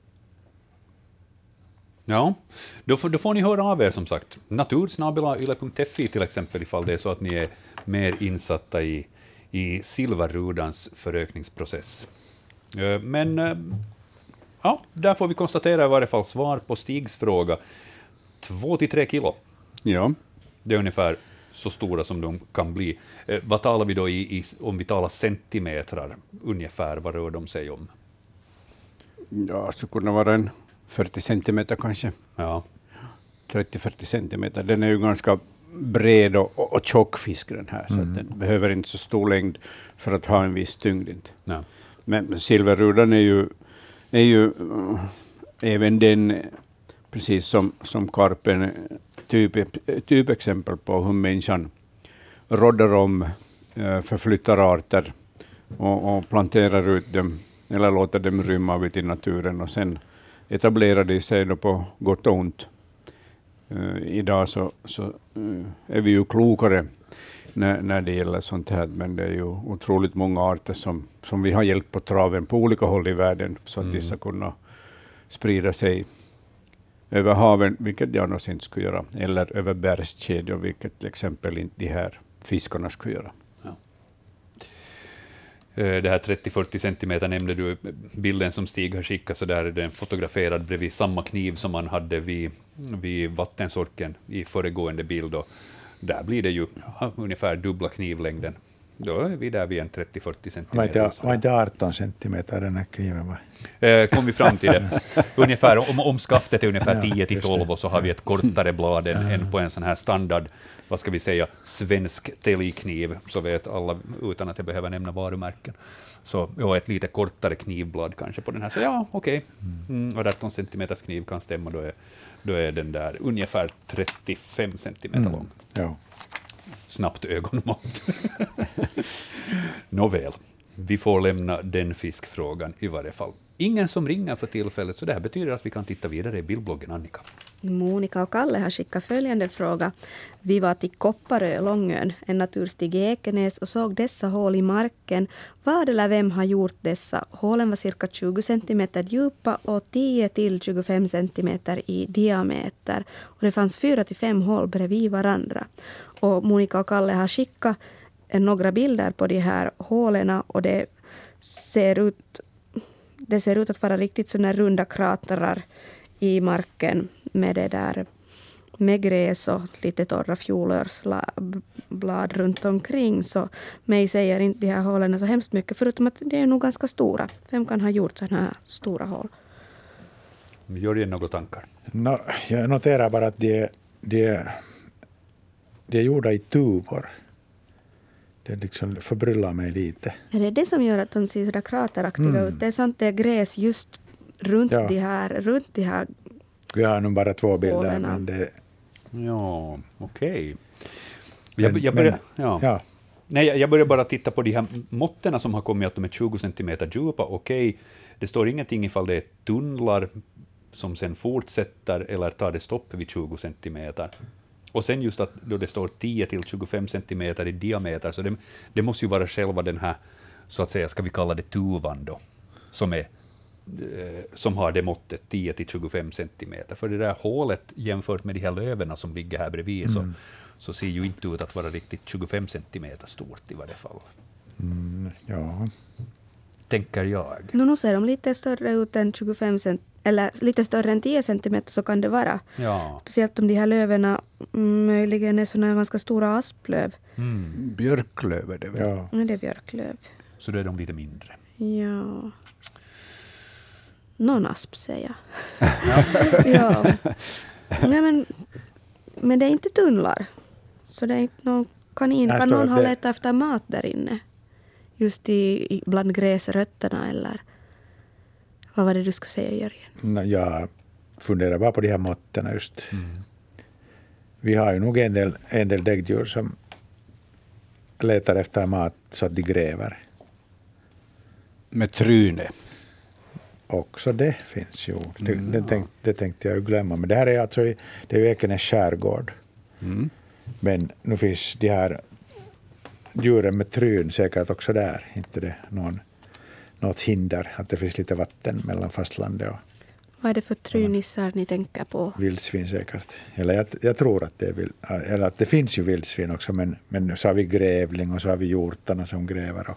Ja, då får ni höra av er som sagt. Natursnabelayle.fi till exempel ifall det är så att ni är mer insatta i silverrudans förökningsprocess. Men ja, där får vi konstatera i varje fall svar på Stigs fråga. 2-3 kilo. Ja. Det är ungefär så stora som de kan bli. Vad talar vi då om vi talar centimetrar ungefär, vad rör de sig om? Ja, så kunde vara en 40 centimeter kanske. Ja. 30-40 centimeter. Den är ju ganska bred och tjock fisk den här, så att den behöver inte så stor längd för att ha en viss tyngd. Ja. Men silverrudan är ju även den, precis som karpen, typexempel på hur människan råddar om, förflyttar arter och planterar ut dem eller låter dem rymma ut i naturen och sen etablerar de sig då på gott och ont. Idag så är vi ju klokare när det gäller sånt här, men det är ju otroligt många arter som vi har hjälpt på traven på olika håll i världen så att de ska kunna sprida sig över haven, vilket de annars inte skulle göra, eller över bergskedjor, vilket till exempel inte de här fiskarna skulle göra. Ja. Det här 30-40 centimeter nämnde du, bilden som Stig har skickat, så där är den fotograferad bredvid samma kniv som man hade vid vattensorken i föregående bild. Och där blir det ju ungefär dubbla knivlängden. Då är vi där vid en 30-40 centimeter. Var inte 18 centimeter den här kniven? Kom vi fram till det. Ungefär, om skaftet är ungefär 10-12 och så har vi ett kortare blad än på en sån här standard, vad ska vi säga, svensk telikniv, så vet alla utan att jag behöver nämna varumärken. Så ett lite kortare knivblad kanske på den här. Så ja, okej. Och 18 centimeters kniv kan stämma, då är den där ungefär 35 centimeter lång. Ja. Snabbt ögonmått. Nåväl, vi får lämna den fiskfrågan i varje fall. Ingen som ringer för tillfället, så det här betyder att vi kan titta vidare i bildbloggen. Annika. Monica och Kalle har skickat följande fråga. Vi var till Kopparö, Långön, en naturstig i Ekenäs och såg dessa hål i marken. Vad eller vem har gjort dessa? Hålen var cirka 20 cm djupa och 10-25 cm i diameter. Och det fanns 4-5 hål bredvid varandra. Och Monica och Kalle har skickat några bilder på de här hålen och det ser ut att vara riktigt sådana runda kratrar i marken med gräs och lite torra fjolörsblad runt omkring. Så mig säger inte de här hålen så hemskt mycket, förutom att det är nog ganska stora. Vem kan ha gjort sådana här stora hål? Gör det några tankar? Jag noterar bara att de är gjorda i tuvor. Det liksom förbryllar mig lite. Är det som gör att de ser sådär krateraktiga ut? Det är sant, det är gräs just runt de här. Vi har nog bara 2 bilder. Hålena. Men det... Ja, okej. Jag börjar bara titta på de här måtten som har kommit, att de är 20 cm djupa. Okej, det står ingenting ifall det är tunnlar som sen fortsätter eller tar det stopp vid 20 cm. Och sen just att då det står 10-25 cm i diameter, så det måste ju vara själva den här, så att säga, ska vi kalla det tuvan då, som har det måttet 10-25 cm. För det där hålet jämfört med de här löverna som ligger här bredvid så ser ju inte ut att vara riktigt 25 cm stort i varje fall. Ja. Tänker jag. Nu ser de lite större ut än 25 cm, eller lite större än 10 cm, så kan det vara. Ja. Speciellt om de här löverna möjligen är sådana ganska stora asplöv. Björklöv är det väl? Ja. Men det är björklöv. Så då är de lite mindre. Ja. Någon asp säger jag. Ja. Nej, men det är inte tunnlar. Så det är inte någon kanin. Kan någon ha letat efter mat där inne? Just bland gräsrötterna eller vad var det du skulle säga, Jörgen? Jag funderar bara på de här måtterna just. Vi har ju nog en del däggdjur som letar efter mat så att de gräver. Med tryne. Också det finns ju. Det tänkte jag ju glömma. Men det här är alltså det är ju Ekenäs skärgård. Men nu finns de här djuren med tryn säkert också där. Inte det något hinder att det finns lite vatten mellan fastlandet och vad är det för trynissar ni tänker på? Vildsvin säkert. Eller jag tror att det är eller att det finns ju vildsvin också, men så har vi grävling och så har vi hjortarna som gräver.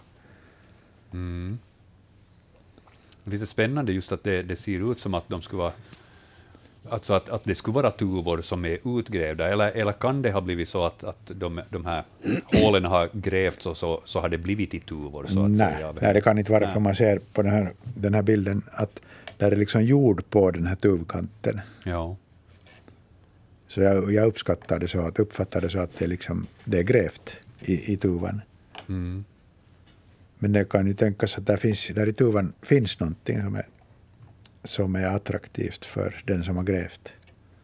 Lite spännande just att det ser ut som att de skulle vara, alltså att det skulle vara tuvor som är utgrävda, eller kan det ha blivit så att de här hålen har grävts och så har det blivit i tuvor så att säga? Nej, det kan inte vara, för man ser på den här bilden att där är liksom jord på den här tuvkanten. Ja. Så jag uppfattar det så att det är grävt i tuvan. Men det kan ju tänkas att där i tuvan finns någonting som är attraktivt för den som har grävt.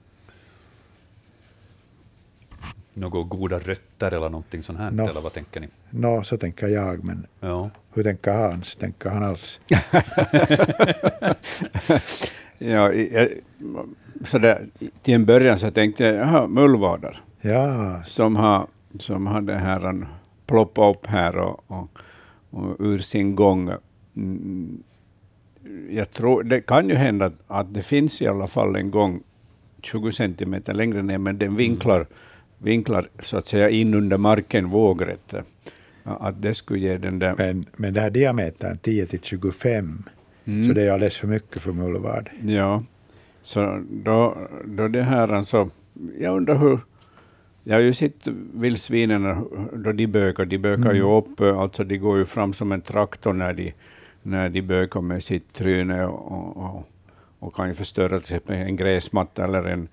Några goda rötter eller någonting sånt här, eller vad tänker ni? Så tänker jag, men hur tänker Hans? Tänker han alls? Ja, så där, till en början så tänkte jag, mullvadar. Ja. Som har det här ploppat upp här och ur sin gång. Jag tror, det kan ju hända att det finns i alla fall en gång 20 centimeter längre ner, men den vinklar så att säga in under marken vågrätt. Att det skulle ge den där. Men det här diametern 10-25, så det är alldeles för mycket för mullvad. Ja, så då det här alltså, jag undrar hur. Jag har ju sett vildsvinen då de bökar ju upp, alltså de går ju fram som en traktor när de bökar med sitt tryne och kan ju förstöra till exempel en gräsmatta eller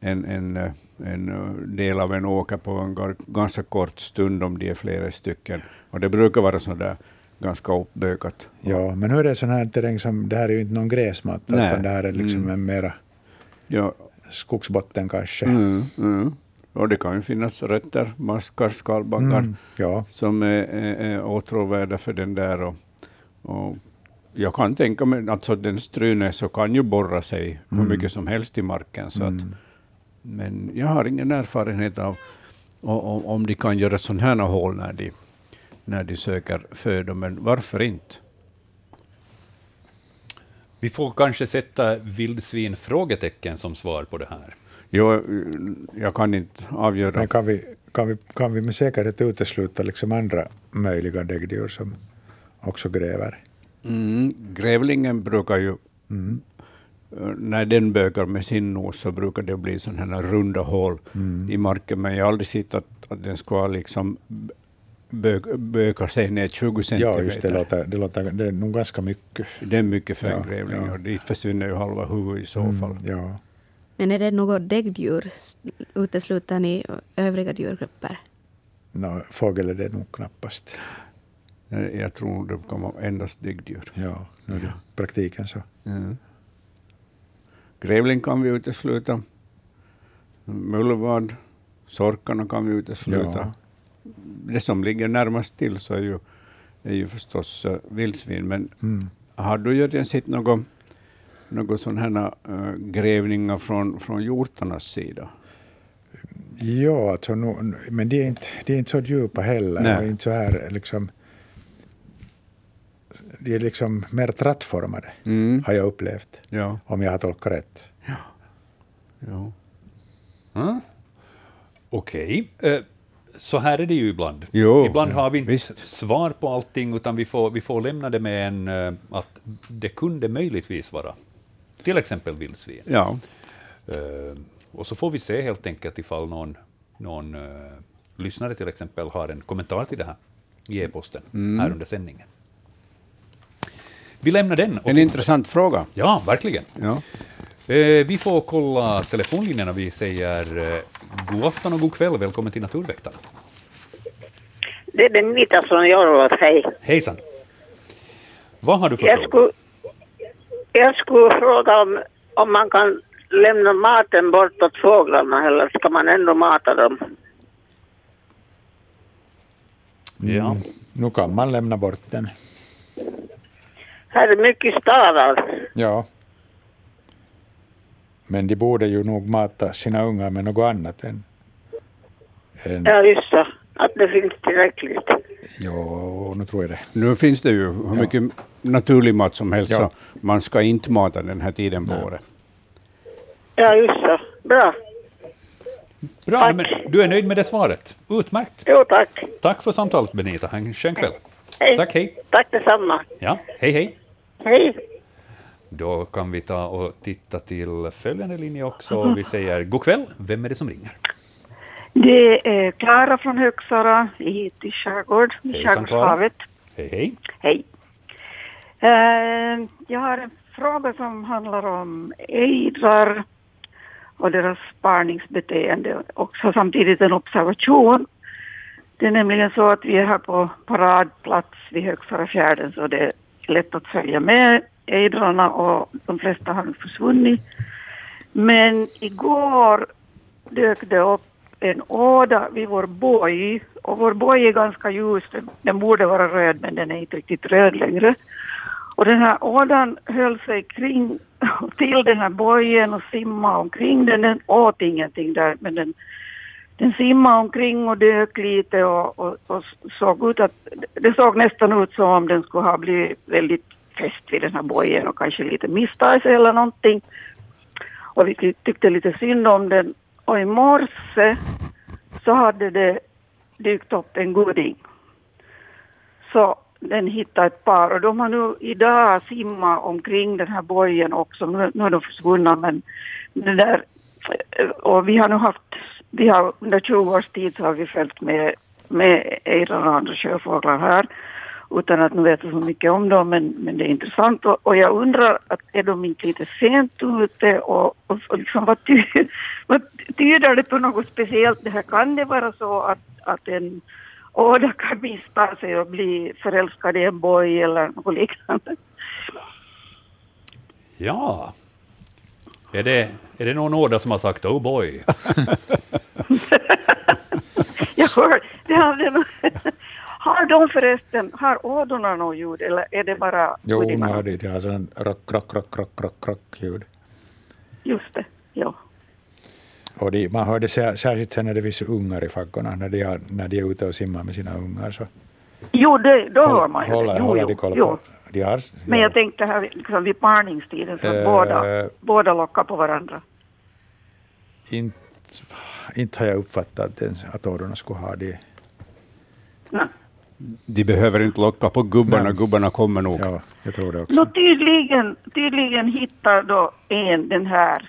en del av en åker på en ganska kort stund om de är flera stycken. Och det brukar vara så där ganska uppbökat. Ja, men hur är det sån här terräng som, det här är ju inte någon gräsmatta, utan det här är liksom en mera skogsbotten kanske. Och det kan ju finnas rötter, maskar, skalbaggar som är åtråvärda för den där. Och jag kan tänka mig att alltså den stryne så kan ju borra sig hur mycket som helst i marken. Så att, men jag har ingen erfarenhet av om de kan göra sådana här hål när de söker föda, men varför inte? Vi får kanske sätta vildsvin frågetecken som svar på det här. Jo, jag kan inte avgöra. Men kan vi med säkerhet utesluta liksom andra möjliga däggdjur som också gräver? Grävlingen brukar ju, när den bökar med sin nos så brukar det bli sådana här runda hål i marken, men jag har aldrig sett att den ska liksom böka sig ner 20 centimeter. Ja, just det är nog ganska mycket. Det är mycket för en grävling och dit försvinner ju halva huvudet i så fall. Ja. Men är det något däggdjur? Utesluter ni övriga djurgrupper? Fågel är det nog knappast. Jag tror det kan vara endast däggdjur. Ja, nu är det praktiken så. Grävling kan vi utesluta. Mullvad, sorkarna kan vi utesluta. Ja. Det som ligger närmast till så är ju förstås vildsvin. Men har du ju sett något sån här grävningar från hjortarnas sida? Ja, alltså, men det är inte så djupa heller. Och inte så här liksom. De är liksom mer trattformade, har jag upplevt. Ja. Om jag har tolkat rätt. Ja. Okej. Så här är det ju ibland. Ibland har vi inte svar på allting, utan vi får lämna det med att det kunde möjligtvis vara till exempel vildsvin. Ja. Och så får vi se helt enkelt ifall någon lyssnare till exempel har en kommentar till det här i e-posten här under sändningen. Vi lämnar den. En intressant fråga. Ja, verkligen. Ja. Vi får kolla telefonlinjerna. Vi säger god afton och god kväll. Välkommen till Naturväktarna. Det är Benita från Jorvot, hej. Hejsan. Vad har du för fråga? Jag skulle fråga om man kan lämna maten bort åt fåglarna eller ska man ändå mata dem? Ja. Nu kan man lämna bort den. Här är mycket stavar. Ja. Men de borde ju nog mata sina ungar med något annat än... Ja, just det. Att det finns tillräckligt. Jo, nu tror jag det. Nu finns det ju hur mycket naturlig mat som helst, Ja. så man ska inte mata den här tiden på året. Ja, just det. Bra. Bra, Tack. men du är nöjd med det svaret. Utmärkt. Jo, tack. Tack för samtalet, Benita. Ha en skön kväll. Hej. Tack, hej. Tack detsamma. Ja, hej, hej. Hej. Då kan vi ta och titta till följande linje också. Vi säger god kväll. Vem är det som ringer? Det är Klara från Högsara, hit i skärgård, i Hejsan, skärgårdshavet. Hej, hej. Hej. Jag har en fråga som handlar om ejdrar och deras sparningsbeteende. Också samtidigt en observation. Det är nämligen så att vi är här på paradplats vid Högsarafjärden, så det är lätt att följa med ejdrarna och de flesta har försvunnit. Men igår dök det upp en åda vid vår boj, och vår boj är ganska ljus, den borde vara röd men den är inte riktigt röd längre. Och den här ådan höll sig kring till den här bojen och simmade omkring den åt ingenting där, men den simmade omkring och dök lite och såg ut att det såg nästan ut som om den skulle ha blivit väldigt fäst vid den här bojen och kanske lite misstag sig eller någonting. Och vi tyckte lite synd om den. Och i morse så hade det dykt upp en goding. Så den hittade ett par och de har nu idag simmat omkring den här bojen också. Nu är de försvunna, men det där, och vi har nu under 20 års tid så har vi följt med ejrar och andra sjöfåglar här utan att nu veta så mycket om dem, men det är intressant och jag undrar att är de inte lite sent ute och liksom vad tyder det på något speciellt? Det här, kan det vara så att en åda kan mista sig och bli förälskad i en boj eller något liknande? Ja. Är det någon åda som har sagt oh boy? Jag hör, det har det nog. Har de förresten, har ådorna något ljud eller är det bara... Jo, de har sån rock ljud. Just det, ja. Och man hör det särskilt sen när det finns ungar i faggorna, när de är ute och simmar med sina ungar. Så Jo, då hör man ju det. Håller de koll på. De har, men jag tänkte här liksom vid parningstiden så båda lockar på varandra. Inte har jag uppfattat att ådorna skulle ha det. Nej. De behöver inte locka på gubbarna, Nej. Gubbarna kommer nog. Ja, jag tror det också. Tydligen hittar då den här.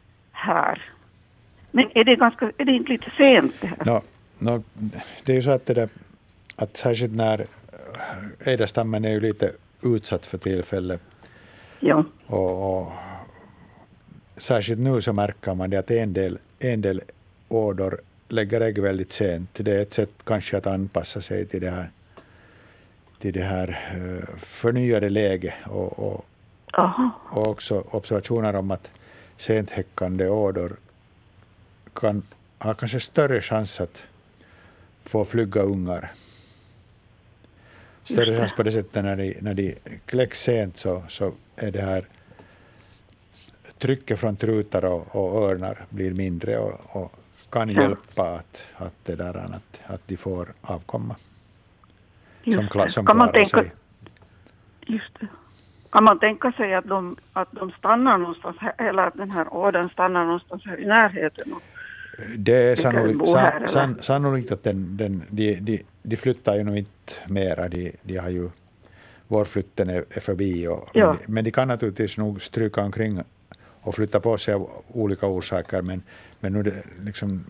Men är det inte lite sent det här? Det är ju så att särskilt när ejderstammen är ju lite utsatt för tillfället. Ja. Och särskilt nu så märker man det att en del ådor lägger ägg väldigt sent. Det är ett sätt kanske att anpassa sig till det här förnyade läge och också observationer om att sent häckande ådor kan ha kanske större chans att få flyga ungar. Större chans på det sättet när de kläcks sent så är det här trycket från trutar och örnar blir mindre och kan hjälpa att de får avkomma som klarar sig. Just det. Kan man tänka sig att de stannar någonstans eller att den här ådan stannar någonstans här i närheten? Det är sannolikt att de flyttar ju nog inte mera. De har ju, vårflytten är förbi. Men de kan naturligtvis nog stryka omkring och flytta på sig av olika orsaker. Men nu är det liksom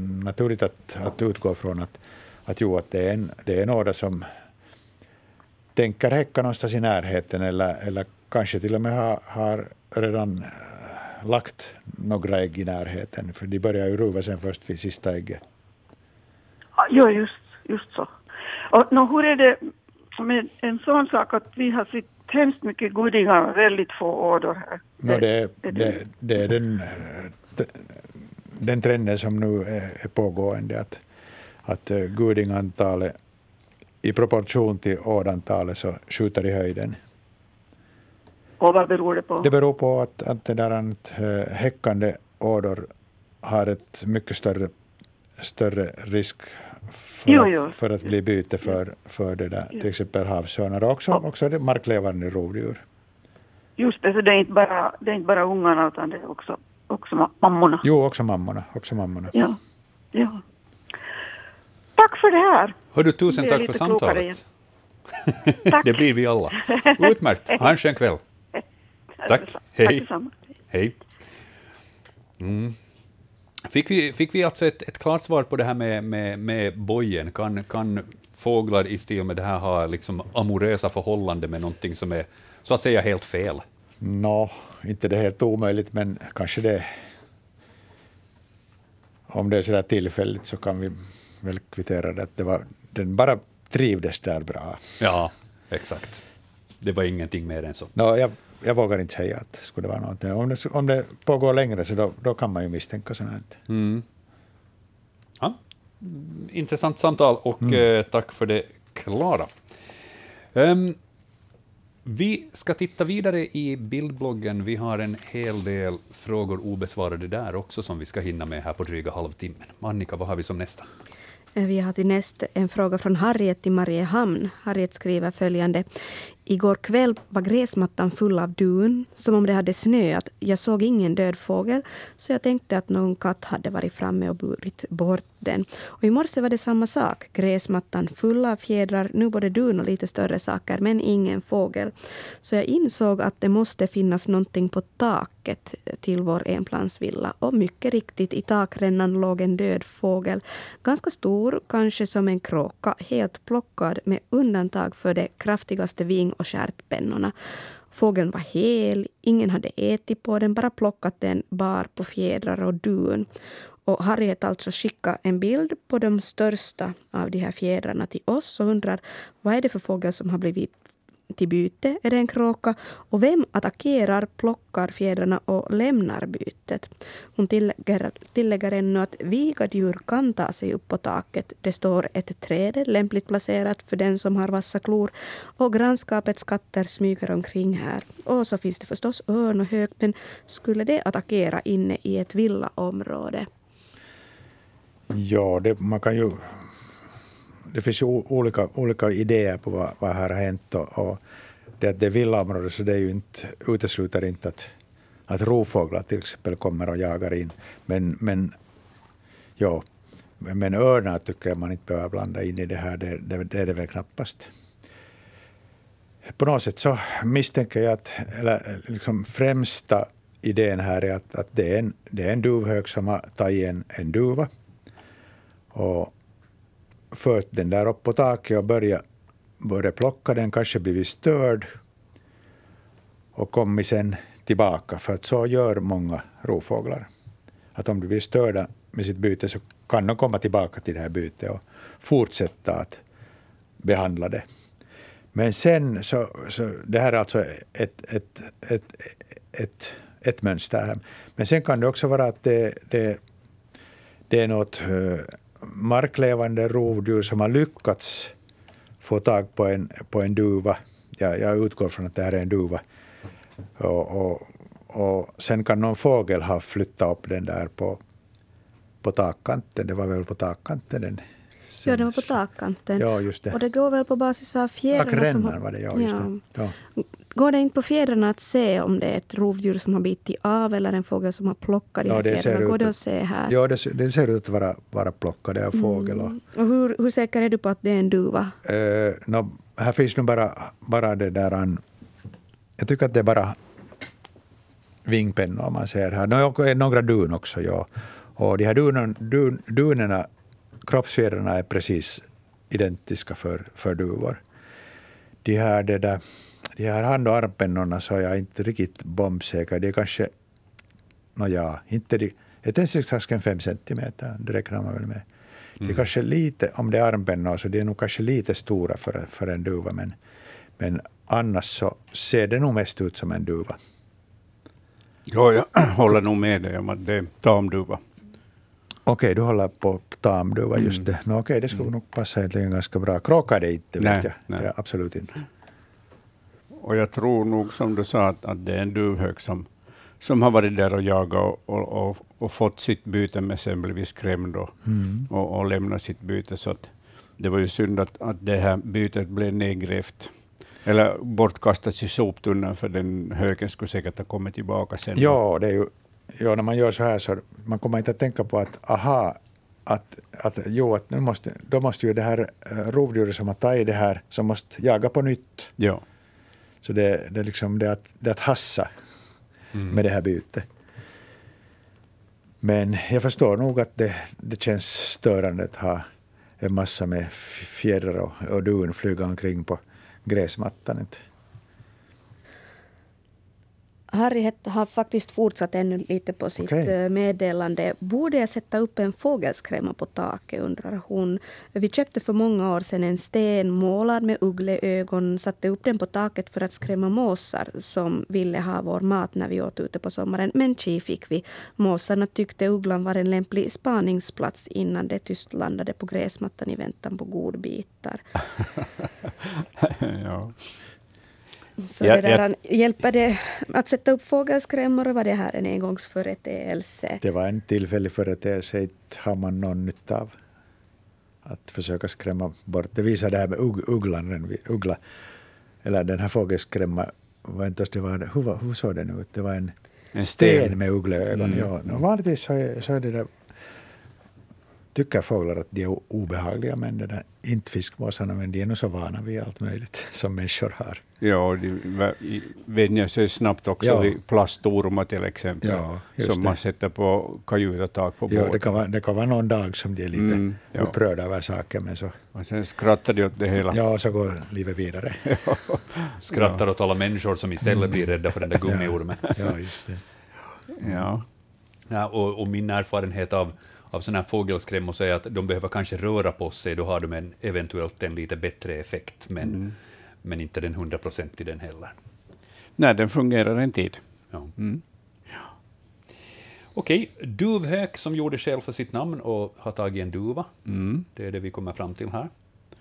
naturligt att utgå från att det är en åda som tänker häcka någonstans i närheten eller kanske till och med har redan lagt några ägg i närheten, för de börjar ju ruva sen först vid sista ägget. Ja, just så. Och hur är det med en sån sak att vi har sett hemskt mycket godingar och väldigt få ådor här? Det är den trenden som nu är pågående, att godingantalet i proportion till ådantalet så skjuter i höjden. Och vad beror det på? Det beror på att det där att häckande ådor har ett mycket större risk för att bli byte för det där, till exempel havsörnar och också det marklevande rovdjur. Just det, så det är inte bara ungarna utan det är också mammorna. Jo, också mammorna. Ja. Tack för det här. Hör du, tusen tack för samtalet. Tack. Det blir vi alla. Utmärkt. Ha en skön kväll. Tack. Hej. Hej. Fick vi alltså ett klart svar på det här med bojen? Kan fåglar i stil med det här ha liksom amorösa förhållande med någonting som är så att säga helt fel? Inte det är helt omöjligt, men kanske det, om det är så där tillfälligt så kan vi väl kvittera det att den bara trivdes där bra. Ja, exakt. Det var ingenting mer än så. Jag vågar inte säga att det skulle vara någonting. Om det pågår längre så då kan man ju misstänka sånt här. Ja, intressant samtal och tack för det, Klara. Vi ska titta vidare i bildbloggen. Vi har en hel del frågor obesvarade där också som vi ska hinna med här på dryga halvtimmen. Annika, vad har vi som nästa? Vi har till näst en fråga från Harriet i Mariehamn. Harriet skriver följande. Igår kväll var gräsmattan full av dun, som om det hade snöat. Jag såg ingen död fågel, så jag tänkte att någon katt hade varit framme och burit bort den. Och i morse var det samma sak. Gräsmattan full av fjädrar, nu både dun och lite större saker, men ingen fågel. Så jag insåg att det måste finnas någonting på taket till vår enplansvilla. Och mycket riktigt, i takrännan låg en död fågel. Ganska stor, kanske som en kråka, helt plockad med undantag för det kraftigaste ving- och stjärtpennorna. Fågeln var hel, ingen hade ätit på den, bara plockat den bar på fjädrar och dun. Och Harriet alltså skickade en bild på de största av de här fjädrarna till oss och undrar vad är det för fågel som har blivit till byte? Är det en kråka? Och vem attackerar, plockar fjädrarna och lämnar bytet? Hon tillägger ännu att vigaddjur kan ta sig upp på taket. Det står ett träd lämpligt placerat för den som har vassa klor. Och grannskapets katter smyger omkring här. Och så finns det förstås örn och hök. Men skulle det attackera inne i ett villaområde? Ja, det finns ju olika idéer på vad här har hänt och det är villaområde, så det är ju inte, utesluter inte att rovfåglar till exempel kommer och jagar in. Men örnar tycker jag man inte behöver blanda in i det här, det är det väl knappast. På något sätt så misstänker jag att liksom främsta idén här är att det är en duvhök som har tagit en duva och fört den där upp på taket och började plocka den, kanske blivit störd och kommit sen tillbaka, för att så gör många rovfåglar. Att om de blir störda med sitt byte så kan de komma tillbaka till det här bytet och fortsätta att behandla det. Men sen så det här är alltså ett mönster här. Men sen kan det också vara att det är något marklevande rovdjur som har lyckats få tag på en duva. Jag utgår från att det här är en duva. Och sen kan någon fågel ha flyttat upp den där på takkanten. Det var väl på takkanten den. Ja, det var på takkanten. Ja, just det. Och det går väl på basis av fjädrarna. Takrännan var det, ja, just det. Ja. Går det inte på fjädrarna att se om det är ett rovdjur som har bitit av eller en fågel som har plockat de här fjädrarna? Går det att se här? Ja, det ser ut att vara plockade av fågel. Och hur säker är du på att det är en duva? Här finns nog bara det där. Jag tycker att det är bara vingpennor man ser här. Några dun också, ja. Och de här dunerna, kroppsfjädrarna är precis identiska för duvor. de här hand- och armpennorna så är jag inte riktigt bombsäker. Det är kanske, inte de, jag tänkte 5 centimeter, det räknar man väl med. Det är kanske lite, om det är armpennor så det är nog kanske lite stora för en duva, men annars så ser det nog mest ut som en duva. Ja, jag håller nog med dig om att det är tamduva. Okej, du håller på tamduva just det. Okej, det skulle nog passa egentligen ganska bra. Kråka det inte, vet jag. Nej. Ja, absolut inte. Och jag tror nog som du sa att det är en duvhök som har varit där och jagat och fått sitt byte men sen blivit skrämd och lämnat sitt byte. Så att det var ju synd att det här bytet blev nedgrävt eller bortkastats i soptunnan, för den höken skulle säkert ha kommit tillbaka sen. Ja, det är ju, när man gör så här så man kommer inte att tänka på att då måste ju det här rovdjuret som har tagit det här som måste jaga på nytt. Ja. Så det är liksom det att hassa med det här bytet. Men jag förstår nog att det känns störande att ha en massa med fjädrar och dun flyga omkring på gräsmattan. Harry har faktiskt fortsatt ännu lite på sitt meddelande. Borde jag sätta upp en fågelskrämma på taket, undrar hon. Vi köpte för många år sedan en sten målad med uggleögon, satte upp den på taket för att skrämma måsar som ville ha vår mat när vi åt ute på sommaren. Men tji fick vi. Måsarna tyckte ugglan var en lämplig spaningsplats innan det tyst landade på gräsmattan i väntan på godbitar. Ja. Så hjälper det att sätta upp fågelskrämmor, och var det här en engångsföreteelse? Det var en tillfällig företeelse, inte har man någon nytta av att försöka skrämma bort. Det visar det här med uggla, eller den här fågelskrämma, hur såg den ut? Det var en sten med uggleögon. Ja, vanligtvis så är det där, tycker fåglar att de är obehagliga, men det där, inte fiskmåsarna, men de är nog så vana vid allt möjligt som människor har. Ja, de vänjer sig snabbt också vid plastormar till exempel, som man sätter på kajuta-tak på båten. Ja, det kan vara någon dag som de är lite upprörda över saken. Men så. Och sen skrattar de åt det hela. Ja, så går livet vidare. Skrattar åt alla människor som istället blir rädda för den där gummiormen. Ja, just det. Ja, och min erfarenhet av sådana här fågelskrämmor säger att de behöver kanske röra på sig, då har de eventuellt en lite bättre effekt, men inte den 100% i den heller. Nej, den fungerar en tid. Ja. Okej, duvhök som gjorde skäl för sitt namn och har tagit en duva. Det är det vi kommer fram till här.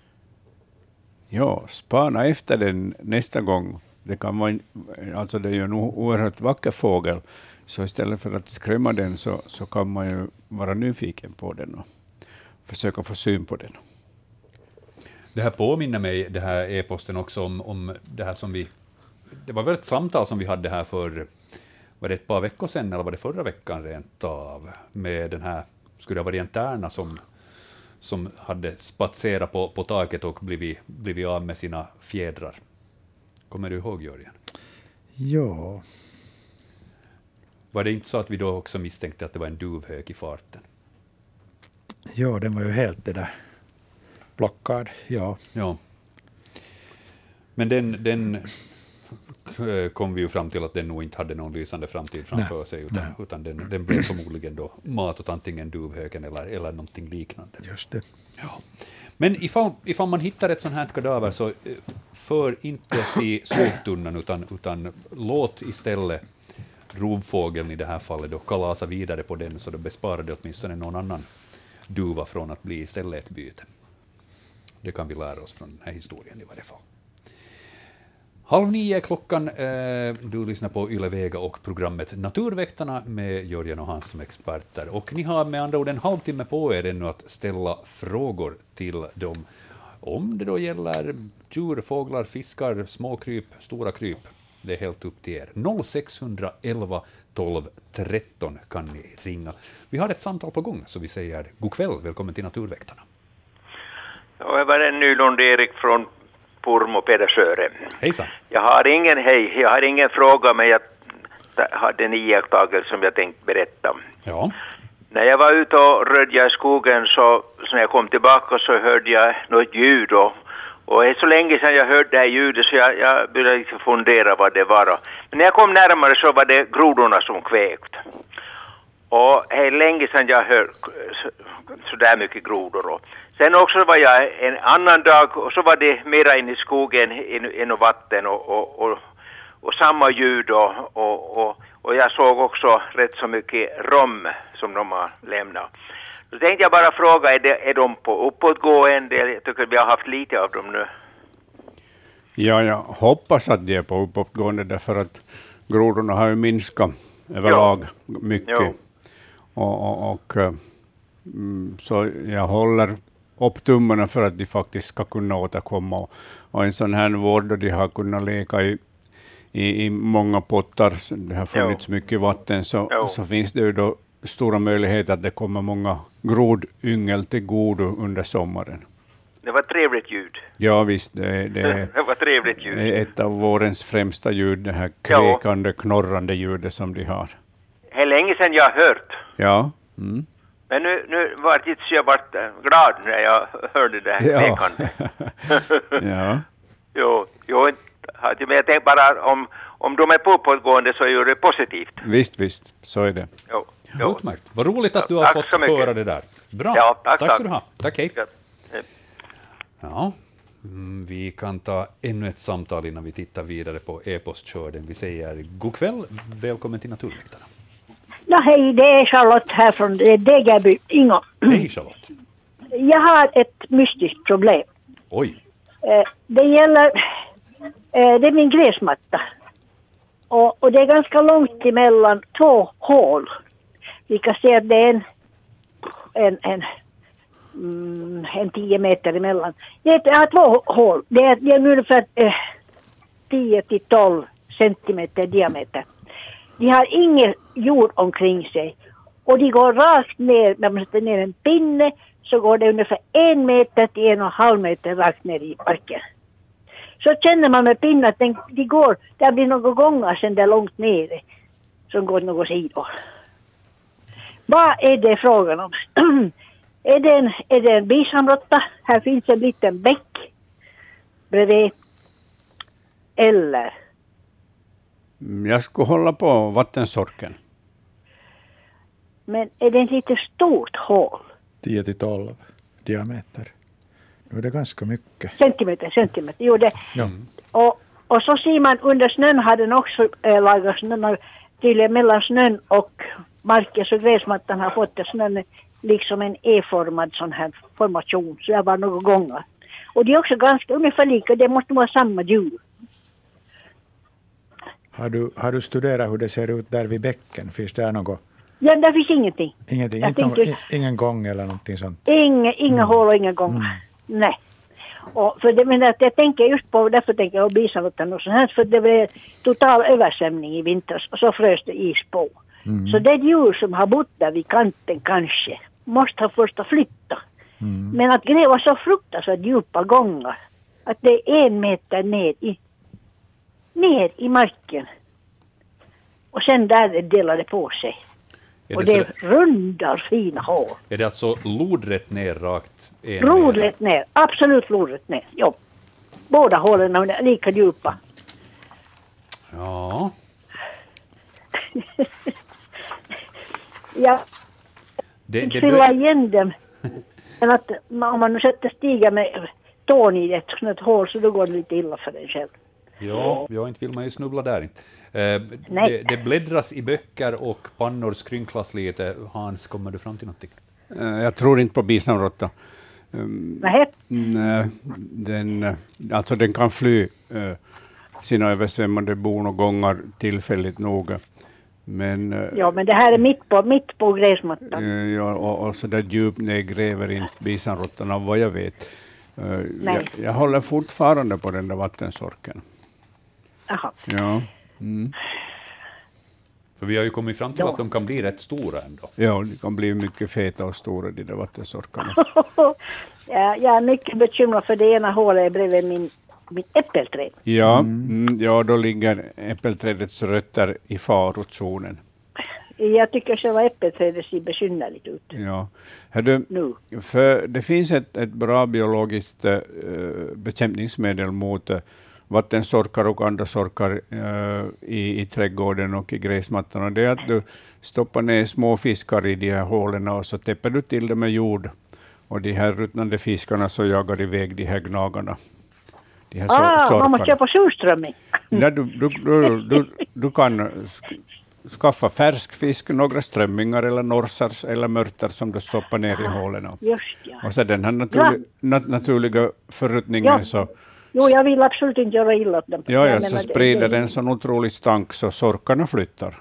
Ja, spana efter den nästa gång. Det kan vara, alltså det är ju en oerhört vacker fågel, så istället för att skrämma den så kan man ju vara nyfiken på den och försöka få syn på den. Det här påminner mig, det här e-posten också, om det här som det var väl ett samtal som vi hade här för, var det ett par veckor sedan eller var det förra veckan rent av, med den här, skulle det ha varit en tärna som hade spatserat på taket och blivit av med sina fjädrar. Kommer du ihåg, Jörgen? Ja. Var det inte så att vi då också misstänkte att det var en duvhök i farten? Ja, den var ju helt det där blockad, ja. Men den kom vi ju fram till att den nog inte hade någon lysande framtid framför sig, utan den blev förmodligen då mat åt antingen duvhöken eller någonting liknande. Just det. Ja. Men ifall man hittar ett sånt här kadaver, så för inte till soptunnan, utan låt istället rovfågeln i det här fallet då kalasa vidare på den, så då besparar det åtminstone någon annan duva från att bli istället ett byte. Det kan vi lära oss från den här historien i varje fall. 8:30 klockan. Du lyssnar på Yle Vega och programmet Naturväktarna med Jörgen och Hans som experter. Och ni har med andra ord en halvtimme på er ännu att ställa frågor till dem. Om det då gäller djur, fåglar, fiskar, småkryp, stora kryp. Det är helt upp till er. 0611 12 13 kan ni ringa. Vi har ett samtal på gång, så vi säger god kväll. Välkommen till Naturväktarna. Ja, jag var en Nylund Erik från Pormo Pedersöre. Hejsan. Jag har ingen fråga, men jag hade en iakttagelse som jag tänkte berätta. Ja. När jag var ute och rödde i skogen, så när jag kom tillbaka så hörde jag något ljud, Och det är så länge sedan jag hörde det här ljudet så jag började liksom fundera vad det var. Men när jag kom närmare så var det grodorna som kväkt. Och det är länge sedan jag hört så där mycket grodor. Och sen också var jag en annan dag och så var det mera in i skogen än vatten och samma ljud och jag såg också rätt så mycket rom som de har lämnat. Då tänkte jag bara fråga, är de på uppåtgående? Jag tycker vi har haft lite av dem nu. Ja, jag hoppas att de är på uppåtgående därför att grodorna har ju minskat överlag mycket. Jo. Och så jag håller upp tummarna för att de faktiskt ska kunna återkomma. Och en sån här vård då de har kunnat leka i många pottar, det har funnits mycket vatten, så finns det ju då stora möjligheter att det kommer många grodyngel till godo under sommaren. Det var trevligt ljud. Ja visst, det var trevligt ljud. Är ett av vårens främsta ljud, det här kräkande, knorrande ljudet som de har. Det är länge sedan jag har hört. Ja. Men nu var jag bara glad när jag hörde det här kräkande. Ja. Jo, men jag tänkte bara om de är på uppåtgående så är det positivt. Visst, så är det. Jo. Utmärkt. Vad roligt att du har fått höra det där. Bra. Ja, tack ska du ha. Tack, hej. Ja, vi kan ta ännu ett samtal innan vi tittar vidare på e-postkörden. Vi säger god kväll, välkommen till Naturväktarna. Ja, hej, det är Charlotte här från Degerby, Ingo. Hej Charlotte. Jag har ett mystiskt problem. Oj. Det gäller, det är min gräsmatta. Och det är ganska långt emellan 2 hål. Vi kan se att det är en 10 meter emellan. Jag har 2 hål. Det är ungefär 10-12 centimeter diameter. De har ingen jord omkring sig. Och de går rakt ner, när man sätter ner en pinne så går det ungefär 1 meter till 1,5 meter rakt ner i marken. Så känner man med pinnen att de går, det blir några gånger sedan det är långt nere som går något sidor. Vad är det frågan om? Är det en bisamrotta? Här finns en liten bäck bredvid. Eller? Jag skulle hålla på vattensorken. Men är det ett lite stort hål? 10-12 diameter. Nu är det ganska mycket. Centimeter. Jo, det. Ja. Och så ser man under snön har den också lagat snön tydligen mellan snön och marken så gräsmattan har fått snön liksom en E-formad sån här formation. Så det var några gånger. Och det är också ganska ungefär lika. Det måste vara samma djur. Har du studerat hur det ser ut där vid bäcken? Finns det något? Ja, där finns ingenting. Ingen gång eller någonting sånt? Inga hål och inga gångar. Nej. Och för det menar att jag tänker just på, därför tänker jag på bisamrotten och sånt här, för det blev total översvämning i vintras och så frös det is på. Så det djur som har bott där vid kanten kanske måste ha först att flytta. Men att gräva så fruktansvärt djupa gångar att det är 1 meter ner i marken. Och sen där delar det på sig. Och det är runda fina hål. Är det alltså lodrätt ner rakt? Lodrätt ner, absolut lodrätt ner. Jo. Båda hålen är lika djupa. Ja. Ja. Det fyller igen dem. Men att om man nu sätter stiga med tån i ett sånt hål så då går det lite illa för den själv. Ja, jag inte vill man ju snubbla där inte. Det bläddras i böcker och pannor skrynklas lite. Hans, kommer du fram till någonting? Jag tror inte på bisamrotta. Nej. Den kan fly sina översvämmande bon och gångar tillfälligt nog. Men det här är mitt på gräsmattan. Och så där djupt nedgräver inte bisamrottarna vad jag vet. Jag håller fortfarande på den där vattensorken. Jaha. Ja. För vi har ju kommit fram till att de kan bli rätt stora ändå. Ja, de kan bli mycket feta och stora, de där vattensorkarna. Jag är mycket bekymrad för det ena hålet bredvid min äppelträd. Ja, då ligger äppelträdets rötter i farozonen. Jag tycker själva äppelträdet ser besynnerligt ut. Ja. För det finns ett bra biologiskt bekämpningsmedel mot vattensorkar och andra sorkar i trädgården och i gräsmattan. Och det är att du stoppar ner små fiskar i de här hålen och så täpper du till det med jord. Och de här ruttnande fiskarna så jagar iväg de här gnagarna. De här sorkarna. Man måste köpa surströmming. Du kan skaffa färsk fisk, några strömmingar eller norsar eller mörtar som du stoppar ner i hålen. Just ja. Och så den här naturliga förruttningen så... Jo, jag vill absolut inte göra illa åt dem. Ja, så sprider den så otroligt stank så sorkarna flyttar.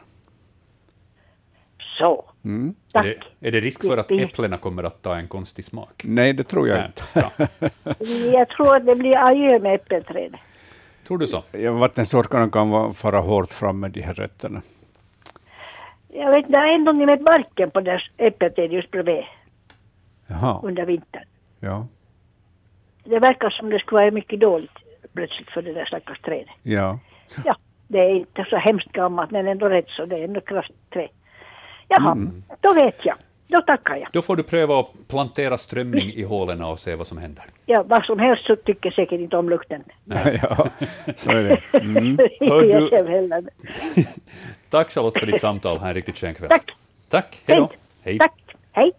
Så. Är det risk för att äpplena kommer att ta en konstig smak? Nej, det tror jag inte. Jag tror att det blir adjö med äppelträdet. Tror du så? Ja, vattensorkarna kan fara hårt fram med de här rätterna. Jag vet, det är ändå med barken på det äppelträdet just bredvid. Jaha. Under vintern. Ja. Det verkar som det skulle vara mycket dåligt plötsligt för det där stackars trädet. Ja. Ja, det är inte så hemskt gammalt men ändå rätt så det är ändå kraftträd. Jaha, då vet jag. Då tackar jag. Då får du pröva att plantera strömming i hålen och se vad som händer. Ja, vad som helst så tycker jag säkert inte om lukten. Ja, så är det. Tack Charlotte för ditt samtal. Ha en riktigt skön kväll. Tack. Hej då. Hej. Tack. Hej.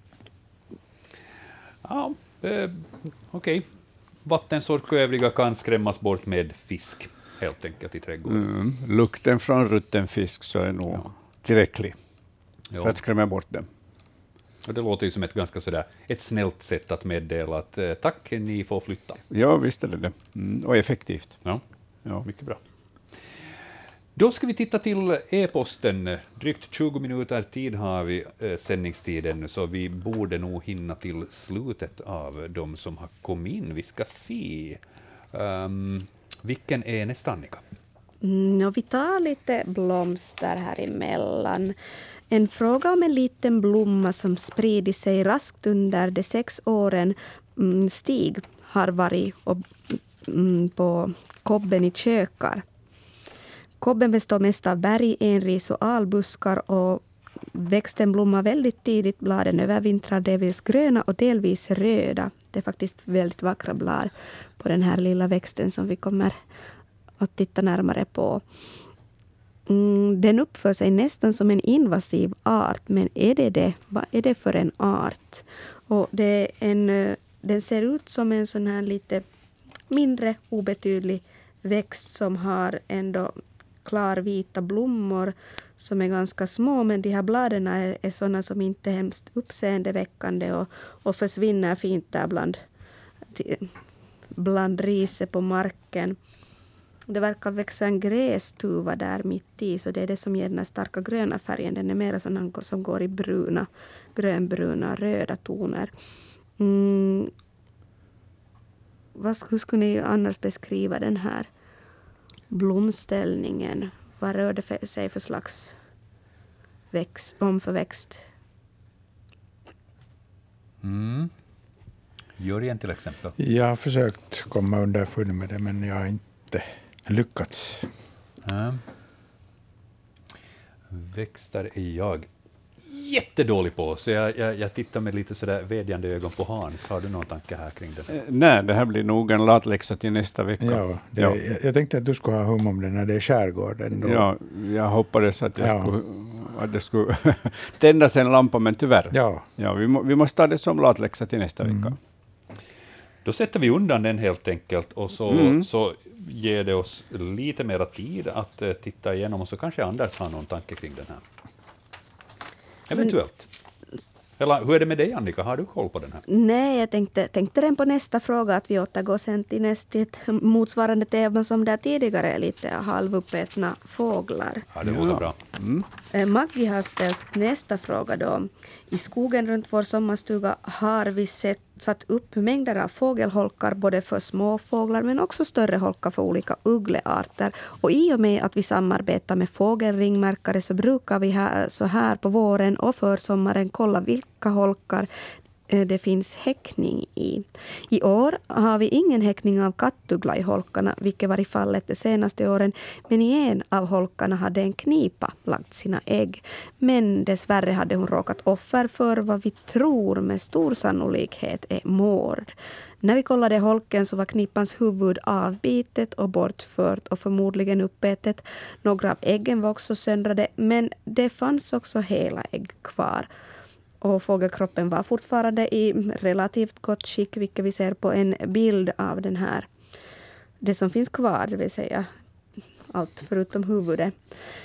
Ja, okej. Vattensork och övriga kan skrämmas bort med fisk, helt enkelt, i trädgården. Lukten från rutten fisk så är nog tillräcklig för att skrämma bort dem. Och det låter ju som ett ganska sådär, ett snällt sätt att meddela att tack, ni får flytta. Ja, visst är det. Och effektivt. Ja, mycket bra. Då ska vi titta till e-posten. Drygt 20 minuter tid har vi sändningstiden, så vi borde nog hinna till slutet av de som har kommit in. Vi ska se. Vilken är nästa, Annika? Vi tar lite blomster här emellan. En fråga om en liten blomma som sprider sig raskt under de 6 åren Stig har varit på kobben i kökar. Kobben består mest av berg, enris och albuskar och växten blommar väldigt tidigt. Bladen övervintrar delvis gröna och delvis röda. Det är faktiskt väldigt vackra blad på den här lilla växten som vi kommer att titta närmare på. Den uppför sig nästan som en invasiv art, men vad är det för en art? Och det är den ser ut som en sån här lite mindre obetydlig växt som har ändå klarvita blommor som är ganska små, men de här bladen är sådana som inte är hemskt uppseendeväckande och försvinner fint där bland riset på marken. Det verkar växa en grästuva där mitt i, så det är det som ger den här starka gröna färgen. Den är mer sån som går i grönbruna, röda toner. Hur skulle ni annars beskriva den här blomställningen? Vad rör det sig för slags omförväxt? Jörgen till exempel. Jag har försökt komma underfund med det, men jag har inte lyckats. Växter är jag jättedålig på, så jag tittar med lite sådär vädjande ögon på Hans. Har du någon tanke här kring det? Nej, det här blir nog en latläxa till nästa vecka. Jag tänkte att du skulle ha hum om det när det är skärgården. Då. Ja, jag hoppades att det skulle tändas en lampa, men tyvärr. Ja, vi måste ta det som latläxa till nästa vecka. Då sätter vi undan den helt enkelt, och så ger det oss lite mera tid att titta igenom, och så kanske Anders har någon tanke kring den här. Eventuellt. Eller hur är det med dig, Annika? Har du koll på den här? Nej, jag tänkte den på nästa fråga, att vi återgår sen till ett motsvarande tema som där tidigare, lite halvuppätna fåglar. Ja, det låter bra. Maggie har ställt nästa fråga då. I skogen runt vår sommarstuga har vi satt upp mängder av fågelholkar, både för små fåglar men också större holkar för olika ugglearter. Och i och med att vi samarbetar med fågelringmärkare så brukar vi så här på våren och för sommaren kolla vilka holkar det finns häckning i. I år har vi ingen häckning av kattuggla i holkarna, vilket var i fallet de senaste åren. Men i en av holkarna hade en knipa lagt sina ägg. Men dessvärre hade hon råkat offer för vad vi tror med stor sannolikhet är mord. När vi kollade holken så var knipans huvud avbitet och bortfört och förmodligen uppätet. Några av äggen var också söndrade, men det fanns också hela ägg kvar. Och fågelkroppen var fortfarande i relativt gott skick, vilket vi ser på en bild av den här. Det som finns kvar, det vill säga allt förutom huvudet.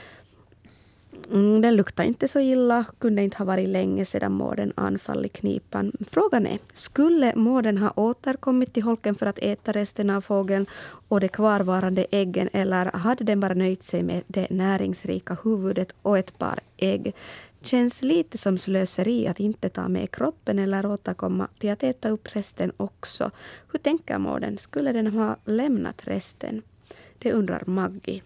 Den luktar inte så illa, kunde inte ha varit länge sedan mården anfallit knipan. Frågan är, skulle mården ha återkommit till holken för att äta resten av fågeln och de kvarvarande äggen, eller hade den bara nöjt sig med det näringsrika huvudet och ett par ägg? Känns lite som slöseri att inte ta med kroppen eller återkomma till att äta upp resten också. Hur tänker mården? Skulle den ha lämnat resten? Det undrar Maggie.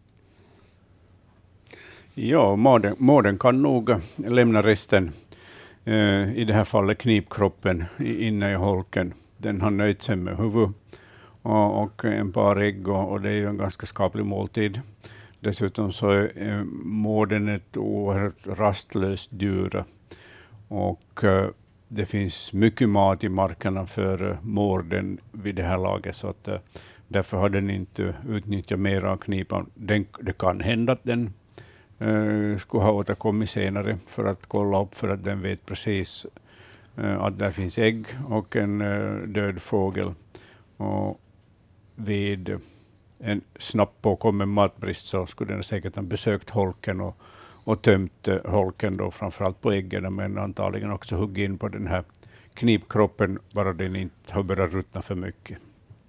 Ja, mården kan nog lämna resten, i det här fallet knipkroppen, inne i holken. Den har nöjt sig med huvud och en par ägg, och det är ju en ganska skaplig måltid. Dessutom så är mården ett oerhört rastlöst djur, och det finns mycket mat i markerna för mården vid det här laget, så att därför har den inte utnyttjat mer av knipan. Det kan hända att den skulle ha återkommit senare för att kolla upp, för att den vet precis att där finns ägg och en död fågel. Och vid en snabbt påkommen matbrist så skulle den säkert ha besökt holken och tömt holken då, framförallt på äggen, men antagligen också huggit in på den här knipkroppen, bara den inte har börjat ruttna för mycket.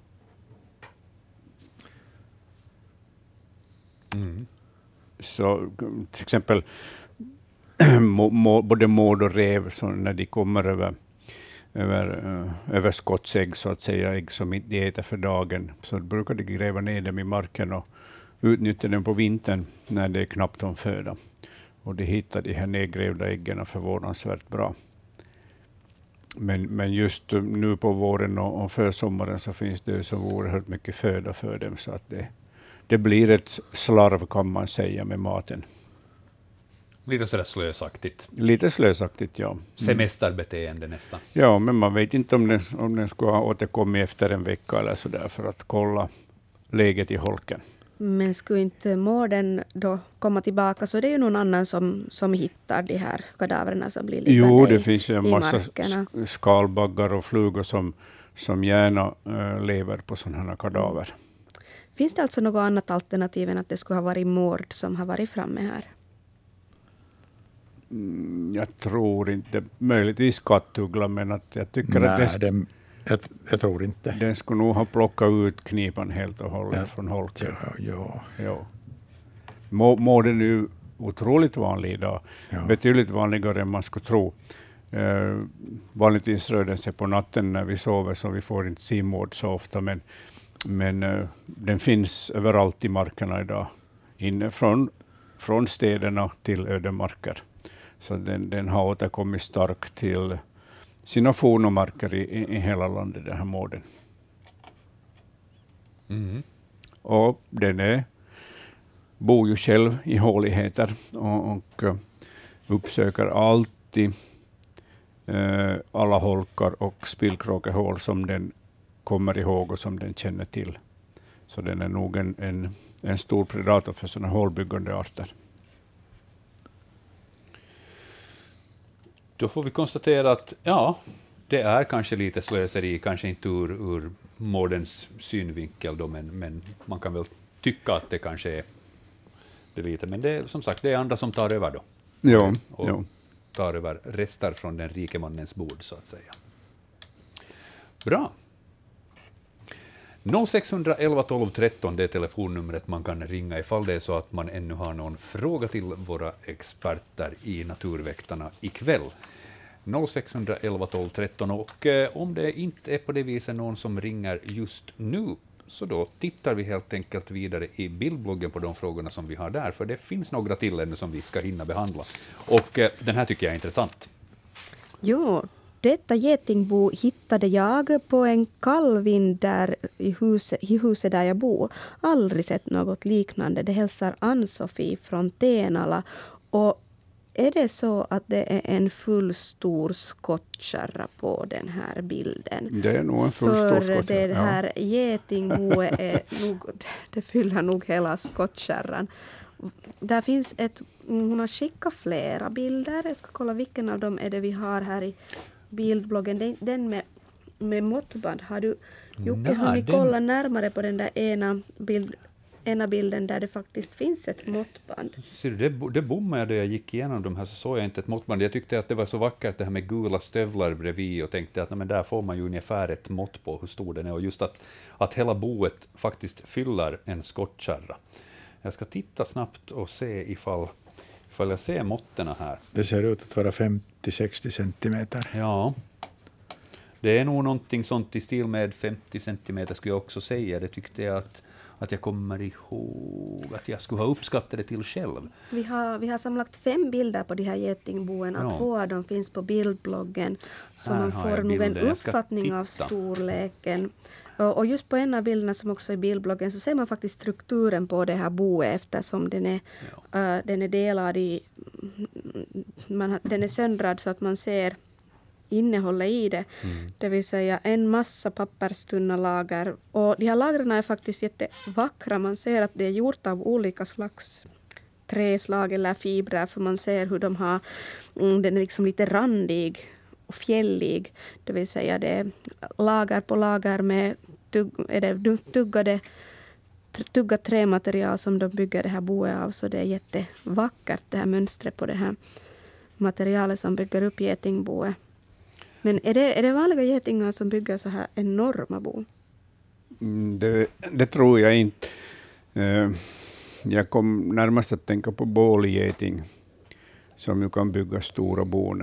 Mm. Så till exempel både mård och rev, så när de kommer över skottsägg, så att säga, ägg som inte äter för dagen, så brukar de gräva ner dem i marken och utnyttja dem på vintern när det är knappt om föda. Och de hittar de här nedgrävda äggen förvånansvärt bra. Men just nu på våren och försommaren så finns det så oerhört mycket föda för dem, så att det blir ett slarv, kan man säga, med maten. Lite sådär slösaktigt. Lite slösaktigt, ja. Semesterbeteende nästan. Ja, men man vet inte om den skulle ha återkommit efter en vecka eller så där, för att kolla läget i holken. Men skulle inte mården då komma tillbaka, så det är ju någon annan som hittar de här kadaverna som blir liggande. Jo, det finns ju en massa markerna. skalbaggar och flugor som gärna lever på sådana här kadaver. Finns det alltså något annat alternativ än att det skulle ha varit mård som har varit framme här? Jag tror inte, möjligtvis kattuggla, men att jag tycker att jag tror inte. Den skulle nog ha plockat ut knipan helt och hållet från holken. Ja. Mården är ju otroligt vanlig idag. Ja. Betydligt vanligare än man skulle tro. Vanligtvis rör den sig på natten när vi sover, så vi får inte se mård så ofta. Men den finns överallt i markerna idag. Inne från städerna till ödemarker. Så den har återkommit starkt till sina fornomarker i hela landet, den här mården. Mm. Och den bor ju själv i håligheter och uppsöker alltid alla holkar och spillkråkehål som den kommer ihåg och som den känner till. Så den är nog en stor predator för sådana hålbyggande arter. Då får vi konstatera att det är kanske lite slöseri, kanske inte ur mårdens synvinkel då, men man kan väl tycka att det kanske är det lite. Men det är som sagt, det är andra som tar över då. Ja. Tar över rester från den rike mannens bord, så att säga. Bra. 0611 12 13, det är telefonnumret man kan ringa ifall det är så att man ännu har någon fråga till våra experter i Naturväktarna ikväll. 0611 12 13, och om det inte är på det viset någon som ringer just nu, så då tittar vi helt enkelt vidare i bildbloggen på de frågorna som vi har där, för det finns några till ännu som vi ska hinna behandla. Och den här tycker jag är intressant. Jo, Detta getingbo hittade jag på en kall vind där i huset där jag bor. Aldrig sett något liknande. Det hälsar Ann-Sofie från Tenala. Och är det så att det är en full stor skottkärra på den här bilden? Det är nog en full stor skottkärra. För det här getingboet är nog, det fyller nog hela skottkärran. Där finns hon har skickat flera bilder. Jag ska kolla vilken av dem är det vi har här i bildbloggen. Den med måttband. Har du, Jocke, hunnit kolla närmare på den där ena bilden där det faktiskt finns ett måttband? Ser du, det bommade jag då jag gick igenom de här, så såg jag inte ett måttband. Jag tyckte att det var så vackert det här med gula stövlar bredvid och tänkte att men där får man ju ungefär ett mått på hur stor den är. Och just att hela boet faktiskt fyller en skottkärra. Jag ska titta snabbt och se ifall jag ser måtten här. Det ser ut att vara 50-60 centimeter. Ja, det är nog någonting sånt i stil med 50 centimeter skulle jag också säga. Det tyckte jag att jag kommer ihåg att jag skulle ha uppskattat det till själv. Vi har samlat 5 bilder på de här getingboen. Ja. 2 av dem finns på bildbloggen. Så här man får nog en uppfattning av storleken. Och just på en av bilderna som också är i bildbloggen så ser man faktiskt strukturen på det här boet eftersom den är delad i... den är söndrad så att man ser innehållet i det. Det vill säga en massa papperstunna lager. Och de här lagren är faktiskt jättevackra. Man ser att det är gjort av olika slags träslag eller fibrer. För man ser hur de har... den är liksom lite randig och fjällig. Det vill säga det är lager på lager med tuggat trämaterial som de bygger det här boet av. Så det är jättevackert det här mönstret på det här materialet som bygger upp getingboet. Men är det vanliga getingar som bygger så här enorma bo? Det tror jag inte. Jag kom närmast att tänka på bålgeting som ju kan bygga stora bon.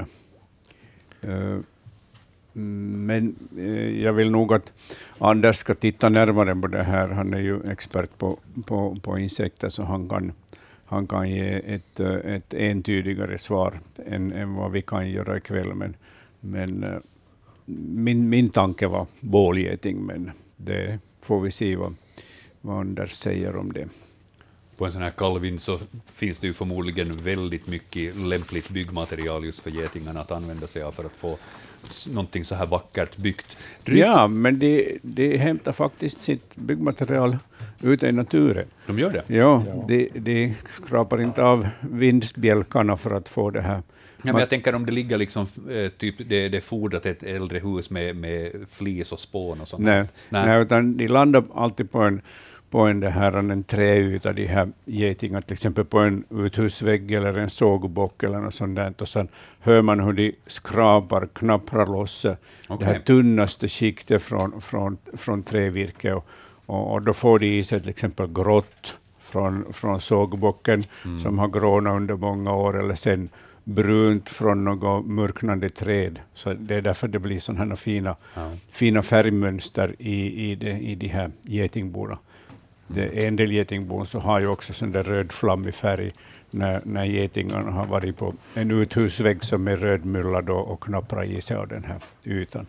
Men jag vill nog att Anders ska titta närmare på det här. Han är ju expert på insekter så han kan ge ett entydigare svar än vad vi kan göra ikväll. Men min tanke var bålgeting, men det får vi se vad Anders säger om det. På en sån här kallvind så finns det ju förmodligen väldigt mycket lämpligt byggmaterial just för getingarna att använda sig av för att få någonting så här vackert byggt. Ja, men de hämtar faktiskt sitt byggmaterial ute i naturen. De gör det? Ja. De skrapar inte av vindspjälkarna för att få det här. Ja, men jag tänker om det ligger liksom typ det är fodrat ett äldre hus med flis och spån och sånt. Nej, utan de landar alltid på en träyta, de här getingar, till exempel på en uthusvägg eller en sågbock eller något sånt där. Och sen hör man hur de knapprar loss det här tunnaste skiktet från trävirke. Och då får de i sig till exempel grått från sågbocken som har grånat under många år, eller sen brunt från något mörknande träd. Så det är därför det blir sådana fina färgmönster i de här getingborna. En del getingbon så har ju också sån där röd flammig färg när getingarna har varit på en uthusvägg som är rödmullad och knapprar i sig av den här ytan.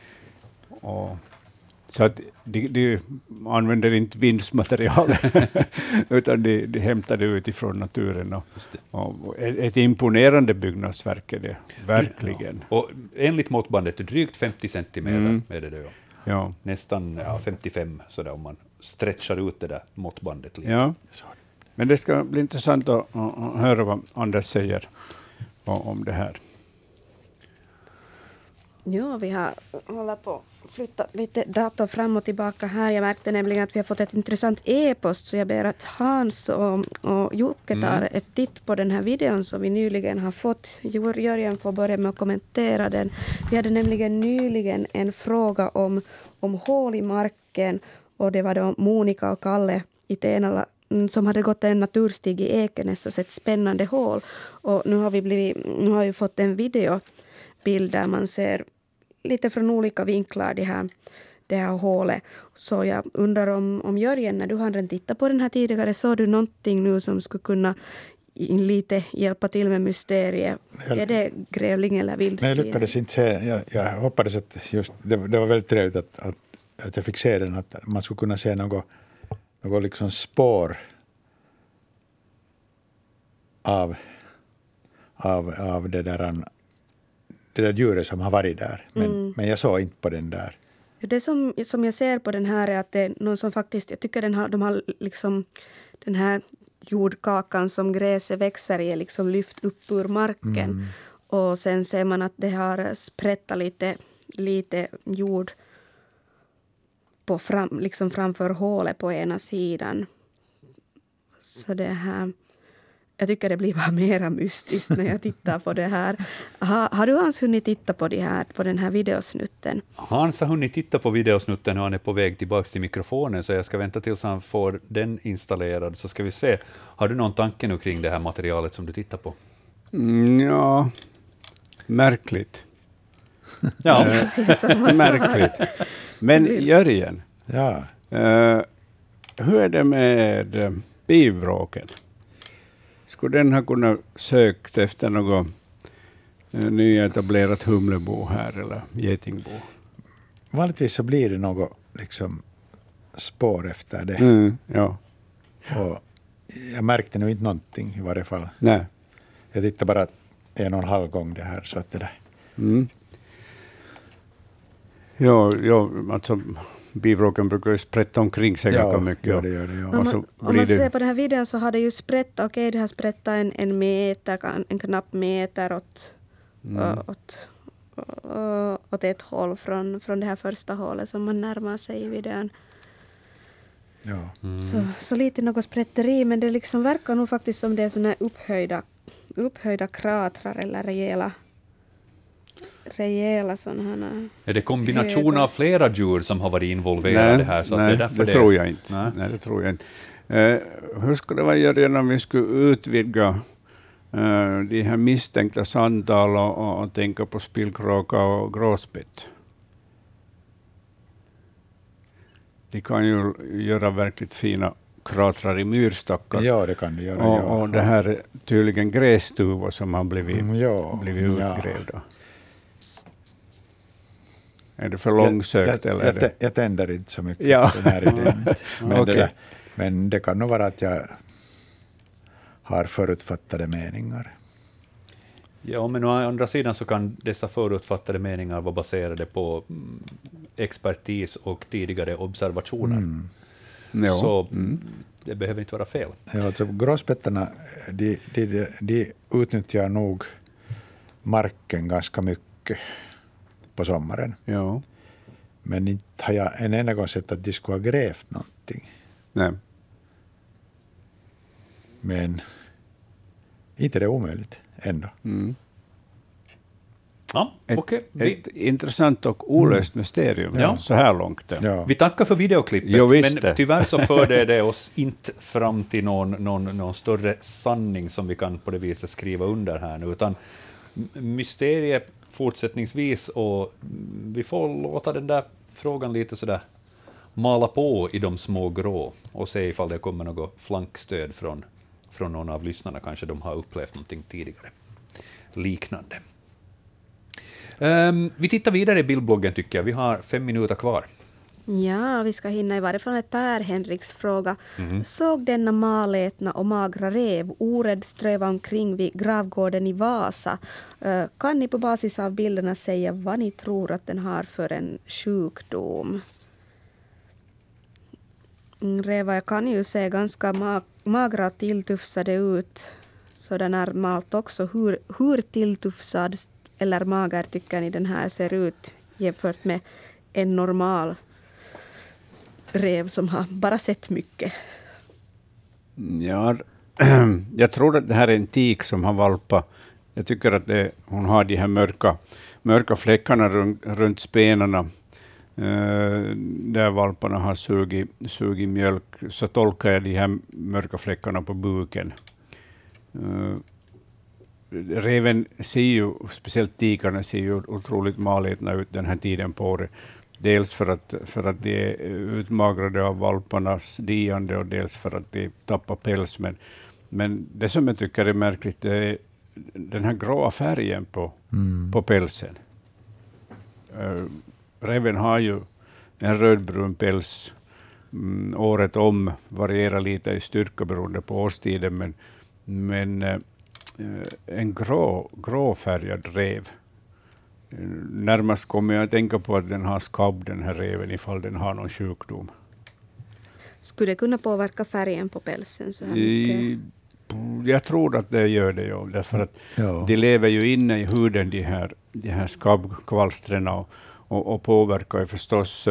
Så att de använder inte vindsmaterial utan de hämtar det utifrån naturen. Och ett imponerande byggnadsverk är det, verkligen. Ja. Och enligt måttbandet är drygt 50 centimeter är det då. Ja. Nästan 55 sådär om man stretchar ut det där måttbandet lite. Ja. Men det ska bli intressant att höra vad Anders säger om det här. Ja, vi har hållit på att flytta lite dator fram och tillbaka här. Jag märkte nämligen att vi har fått ett intressant e-post, så jag ber att Hans och Jocke tar ett titt på den här videon som vi nyligen har fått. Jörgen får börja med att kommentera den. Vi hade nämligen nyligen en fråga om hål i marken, och det var då Monica och Kalle i Tenala som hade gått en naturstig i Ekenäs och sett spännande hål. Och nu har vi fått en videobild där man ser lite från olika vinklar det här hålet. Så jag undrar om Jörgen, när du hade tittat på den här tidigare, såg du någonting nu som skulle kunna lite hjälpa till med mysteriet. Är det grävling eller vildsvin? Nej, jag lyckades inte se. Jag hoppades att just, det var väldigt trevligt att jag fick se den. Att man skulle kunna se något liksom spår av det där djuret som har varit där. Men jag såg inte på den där. Det som jag ser på den här är att det är någon som faktiskt, jag tycker de har liksom den här jordkakan som gräset växer i är liksom lyft upp ur marken. Och sen ser man att det har sprättat lite jord på liksom framför hålet på ena sidan. Så det här, jag tycker det blir bara mera mystiskt när jag tittar på det här. Har du Hans hunnit titta på den här videosnutten? Hans har hunnit titta på videosnutten och han är på väg tillbaka till mikrofonen, så jag ska vänta tills han får den installerad, så ska vi se. Har du någon tanke nu kring det här materialet som du tittar på? Ja, märkligt. Ja, märkligt. Men Jörgen, Ja. Hur är det med bivråken? Skulle den ha kunnat sökt efter något nyetablerat humlebo här eller getingbo? Vanligtvis så blir det något liksom spår efter det. Ja. Och jag märkte nu inte någonting i varje fall. Nej. Jag tittade bara 1,5 gång det här. Så att det där. Ja, alltså bivråken brukar ju sprätta omkring sig ganska mycket. Ja, det gör det. Ja. Om man ser på den här videon så har det ju sprättat, det har sprättat en meter, en knapp meter åt ett håll från det här första hålet som man närmar sig i videon. Ja. Så lite något sprätteri, men det liksom verkar nog faktiskt som det är såna upphöjda kratrar eller rejäla sådana. Är det kombination av flera djur som har varit involverade här? Så Nej, att det är därför det tror jag inte. Nej, det tror jag inte. Hur skulle det vara Jörgen om vi skulle utvidga de här misstänkta samtal och tänka på spillkråka och gråspett? De kan ju göra verkligt fina kratrar i myrstackar. Ja, det kan de göra. Och det här är tydligen grästuvor som har blivit utgrävda. Är det för långsökt? Jag tänder inte så mycket på den här idén. Men det kan nog vara att jag har förutfattade meningar. Ja, men å andra sidan så kan dessa förutfattade meningar vara baserade på expertis och tidigare observationer. Så det behöver inte vara fel. Ja, alltså gråspettarna, de utnyttjar nog marken ganska mycket på sommaren. Ja. Men inte har jag en enda gång sett att de skulle ha grävt någonting. Nej. Men inte det är omöjligt ändå. Ja, okej. Ett intressant och olöst mysterium så här långt. Ja. Vi tackar för videoklippet, men tyvärr så förde det oss inte fram till någon större sanning som vi kan på det viset skriva under här nu, utan mysteriet fortsättningsvis, och vi får låta den där frågan lite sådär mala på i de små grå och se ifall det kommer något flankstöd från någon av lyssnarna. Kanske de har upplevt någonting tidigare liknande. Vi tittar vidare i bildbloggen tycker jag. Vi har 5 minuter kvar. Ja, vi ska hinna i varje fall med Per Henriks fråga. Såg denna malätna och magra rev orädd ströva omkring vid gravgården i Vasa? Kan ni på basis av bilderna säga vad ni tror att den har för en sjukdom? Revar kan ju se ganska magra och tilltufsade ut. Så den är normalt också. Hur tilltufsad eller mager tycker ni den här ser ut jämfört med en normal rev som har bara sett mycket? Ja, jag tror att det här är en tik som har valpat. Jag tycker att hon har de här mörka fläckarna runt spenarna. Där valparna har sugit mjölk, så tolkar jag de här mörka fläckarna på buken. Reven ser ju, speciellt tikarna ser ju otroligt malätna ut den här tiden på året. Dels för att de är utmagrade av valparnas diande och dels för att de tappar päls. Men Men det som jag tycker är märkligt är den här gråa färgen på pälsen. Räven har ju en rödbrun päls året om, varierar lite i styrka beroende på årstiden, men en gråfärgad räv. Närmast kommer jag att tänka på att den har skabb, den här räven, ifall den har någon sjukdom. Skulle det kunna påverka färgen på pälsen så här mycket? Jag tror att det gör det, ja. Därför att de lever ju inne i huden, de här skabbkvalstren, och påverkar ju förstås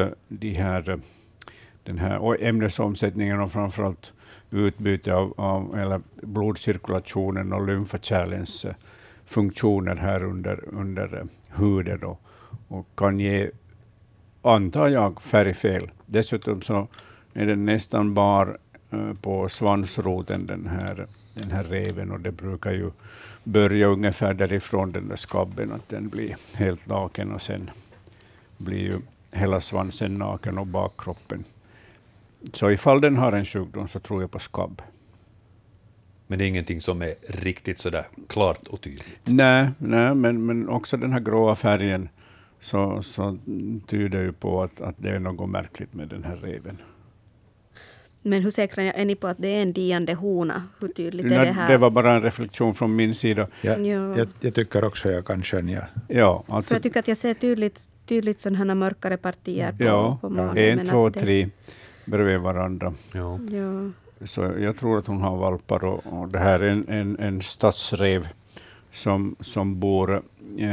den här ämnesomsättningen och framförallt utbyte av eller blodcirkulationen och lymfakärlens funktioner här under huden och kan ge, antar jag, färgfel. Dessutom så är den nästan bara på svansroten, den här räven, och det brukar ju börja ungefär därifrån, den där skabben, att den blir helt naken, och sen blir ju hela svansen naken och bakkroppen. Så ifall den har en sjukdom så tror jag på skabb. Men det är ingenting som är riktigt sådär klart och tydligt? Nej, men också den här gråa färgen så tyder ju på att det är något märkligt med den här räven. Men hur säkra är ni på att det är en diande hona? Hur tydligt är det här? Det var bara en reflektion från min sida. Jag tycker också jag kan skönja. Ja, alltså, för jag tycker att jag ser tydligt sådana mörkare partier på magen. 1, 2, 3 bredvid varandra. Ja. Så jag tror att hon har valpar, och det här är en stadsräv som bor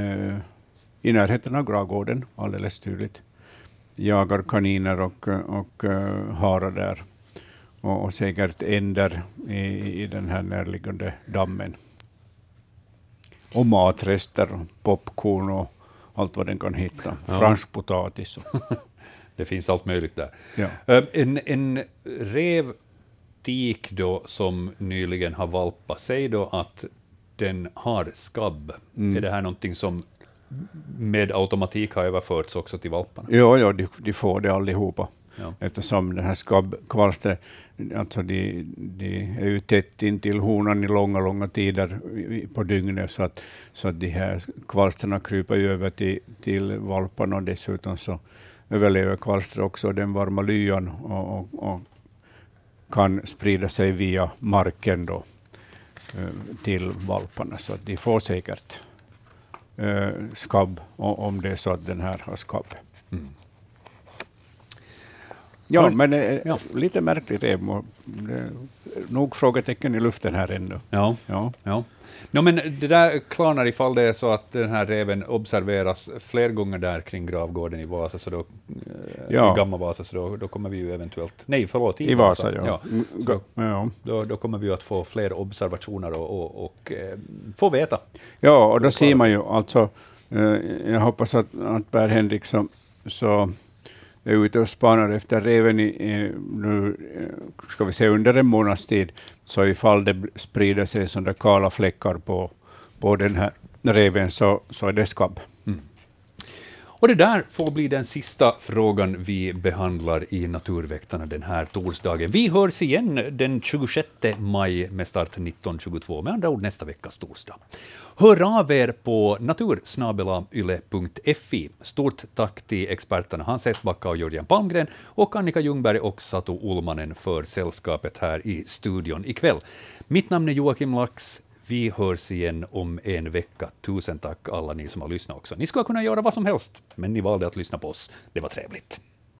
i närheten av Gravgården, alldeles tydligt. Jagar kaniner och harar där. Och säkert änder i den här närliggande dammen. Och matrester, popcorn och allt vad den kan hitta. Fransk potatis. Det finns allt möjligt där. Ja. En revtik då som nyligen har valpat, säg då att den har skabb. Är det här någonting som med automatik har överförts också till valparna? Ja, de får det allihopa. Ja. Eftersom den här skabbkvalstret, alltså de är ju tätt in till honan i långa tider på dygnet, så att de här kvalsterna kryper ju över till valparna, och dessutom så överlever kvalstret också den varma lyan och kan sprida sig via marken då till valparna, så att de får säkert skabb om det är så att den här har skabb. Ja, men lite märkligt är nog frågetecken i luften här ännu. Ja. No, men det där klarnar ifall det är så att den här räven observeras fler gånger där kring Gravgården i Vasa, så då, i Gamla Vasa, så då kommer vi ju eventuellt... Nej, förlåt, i Vasa. Då kommer vi att få fler observationer och få veta. Ja, och då ser man ju alltså, jag hoppas att Per Henrik så är ute och spanar efter räven nu, ska vi se, under en månads tid, så ifall det sprider sig sådana kala fläckar på den här räven så är det skabb. Och det där får bli den sista frågan vi behandlar i Naturväktarna den här torsdagen. Vi hörs igen den 26 maj med start 19.22, med andra ord nästa veckas torsdag. Hör av er på natursnabelayle.fi. Stort tack till experterna Hans Esbacka och Jörgen Palmgren och Annika Ljungberg och Satu Ulmanen för sällskapet här i studion ikväll. Mitt namn är Joakim Lax. Vi hörs igen om en vecka. Tusen tack alla ni som har lyssnat också. Ni ska kunna göra vad som helst, men ni valde att lyssna på oss. Det var trevligt.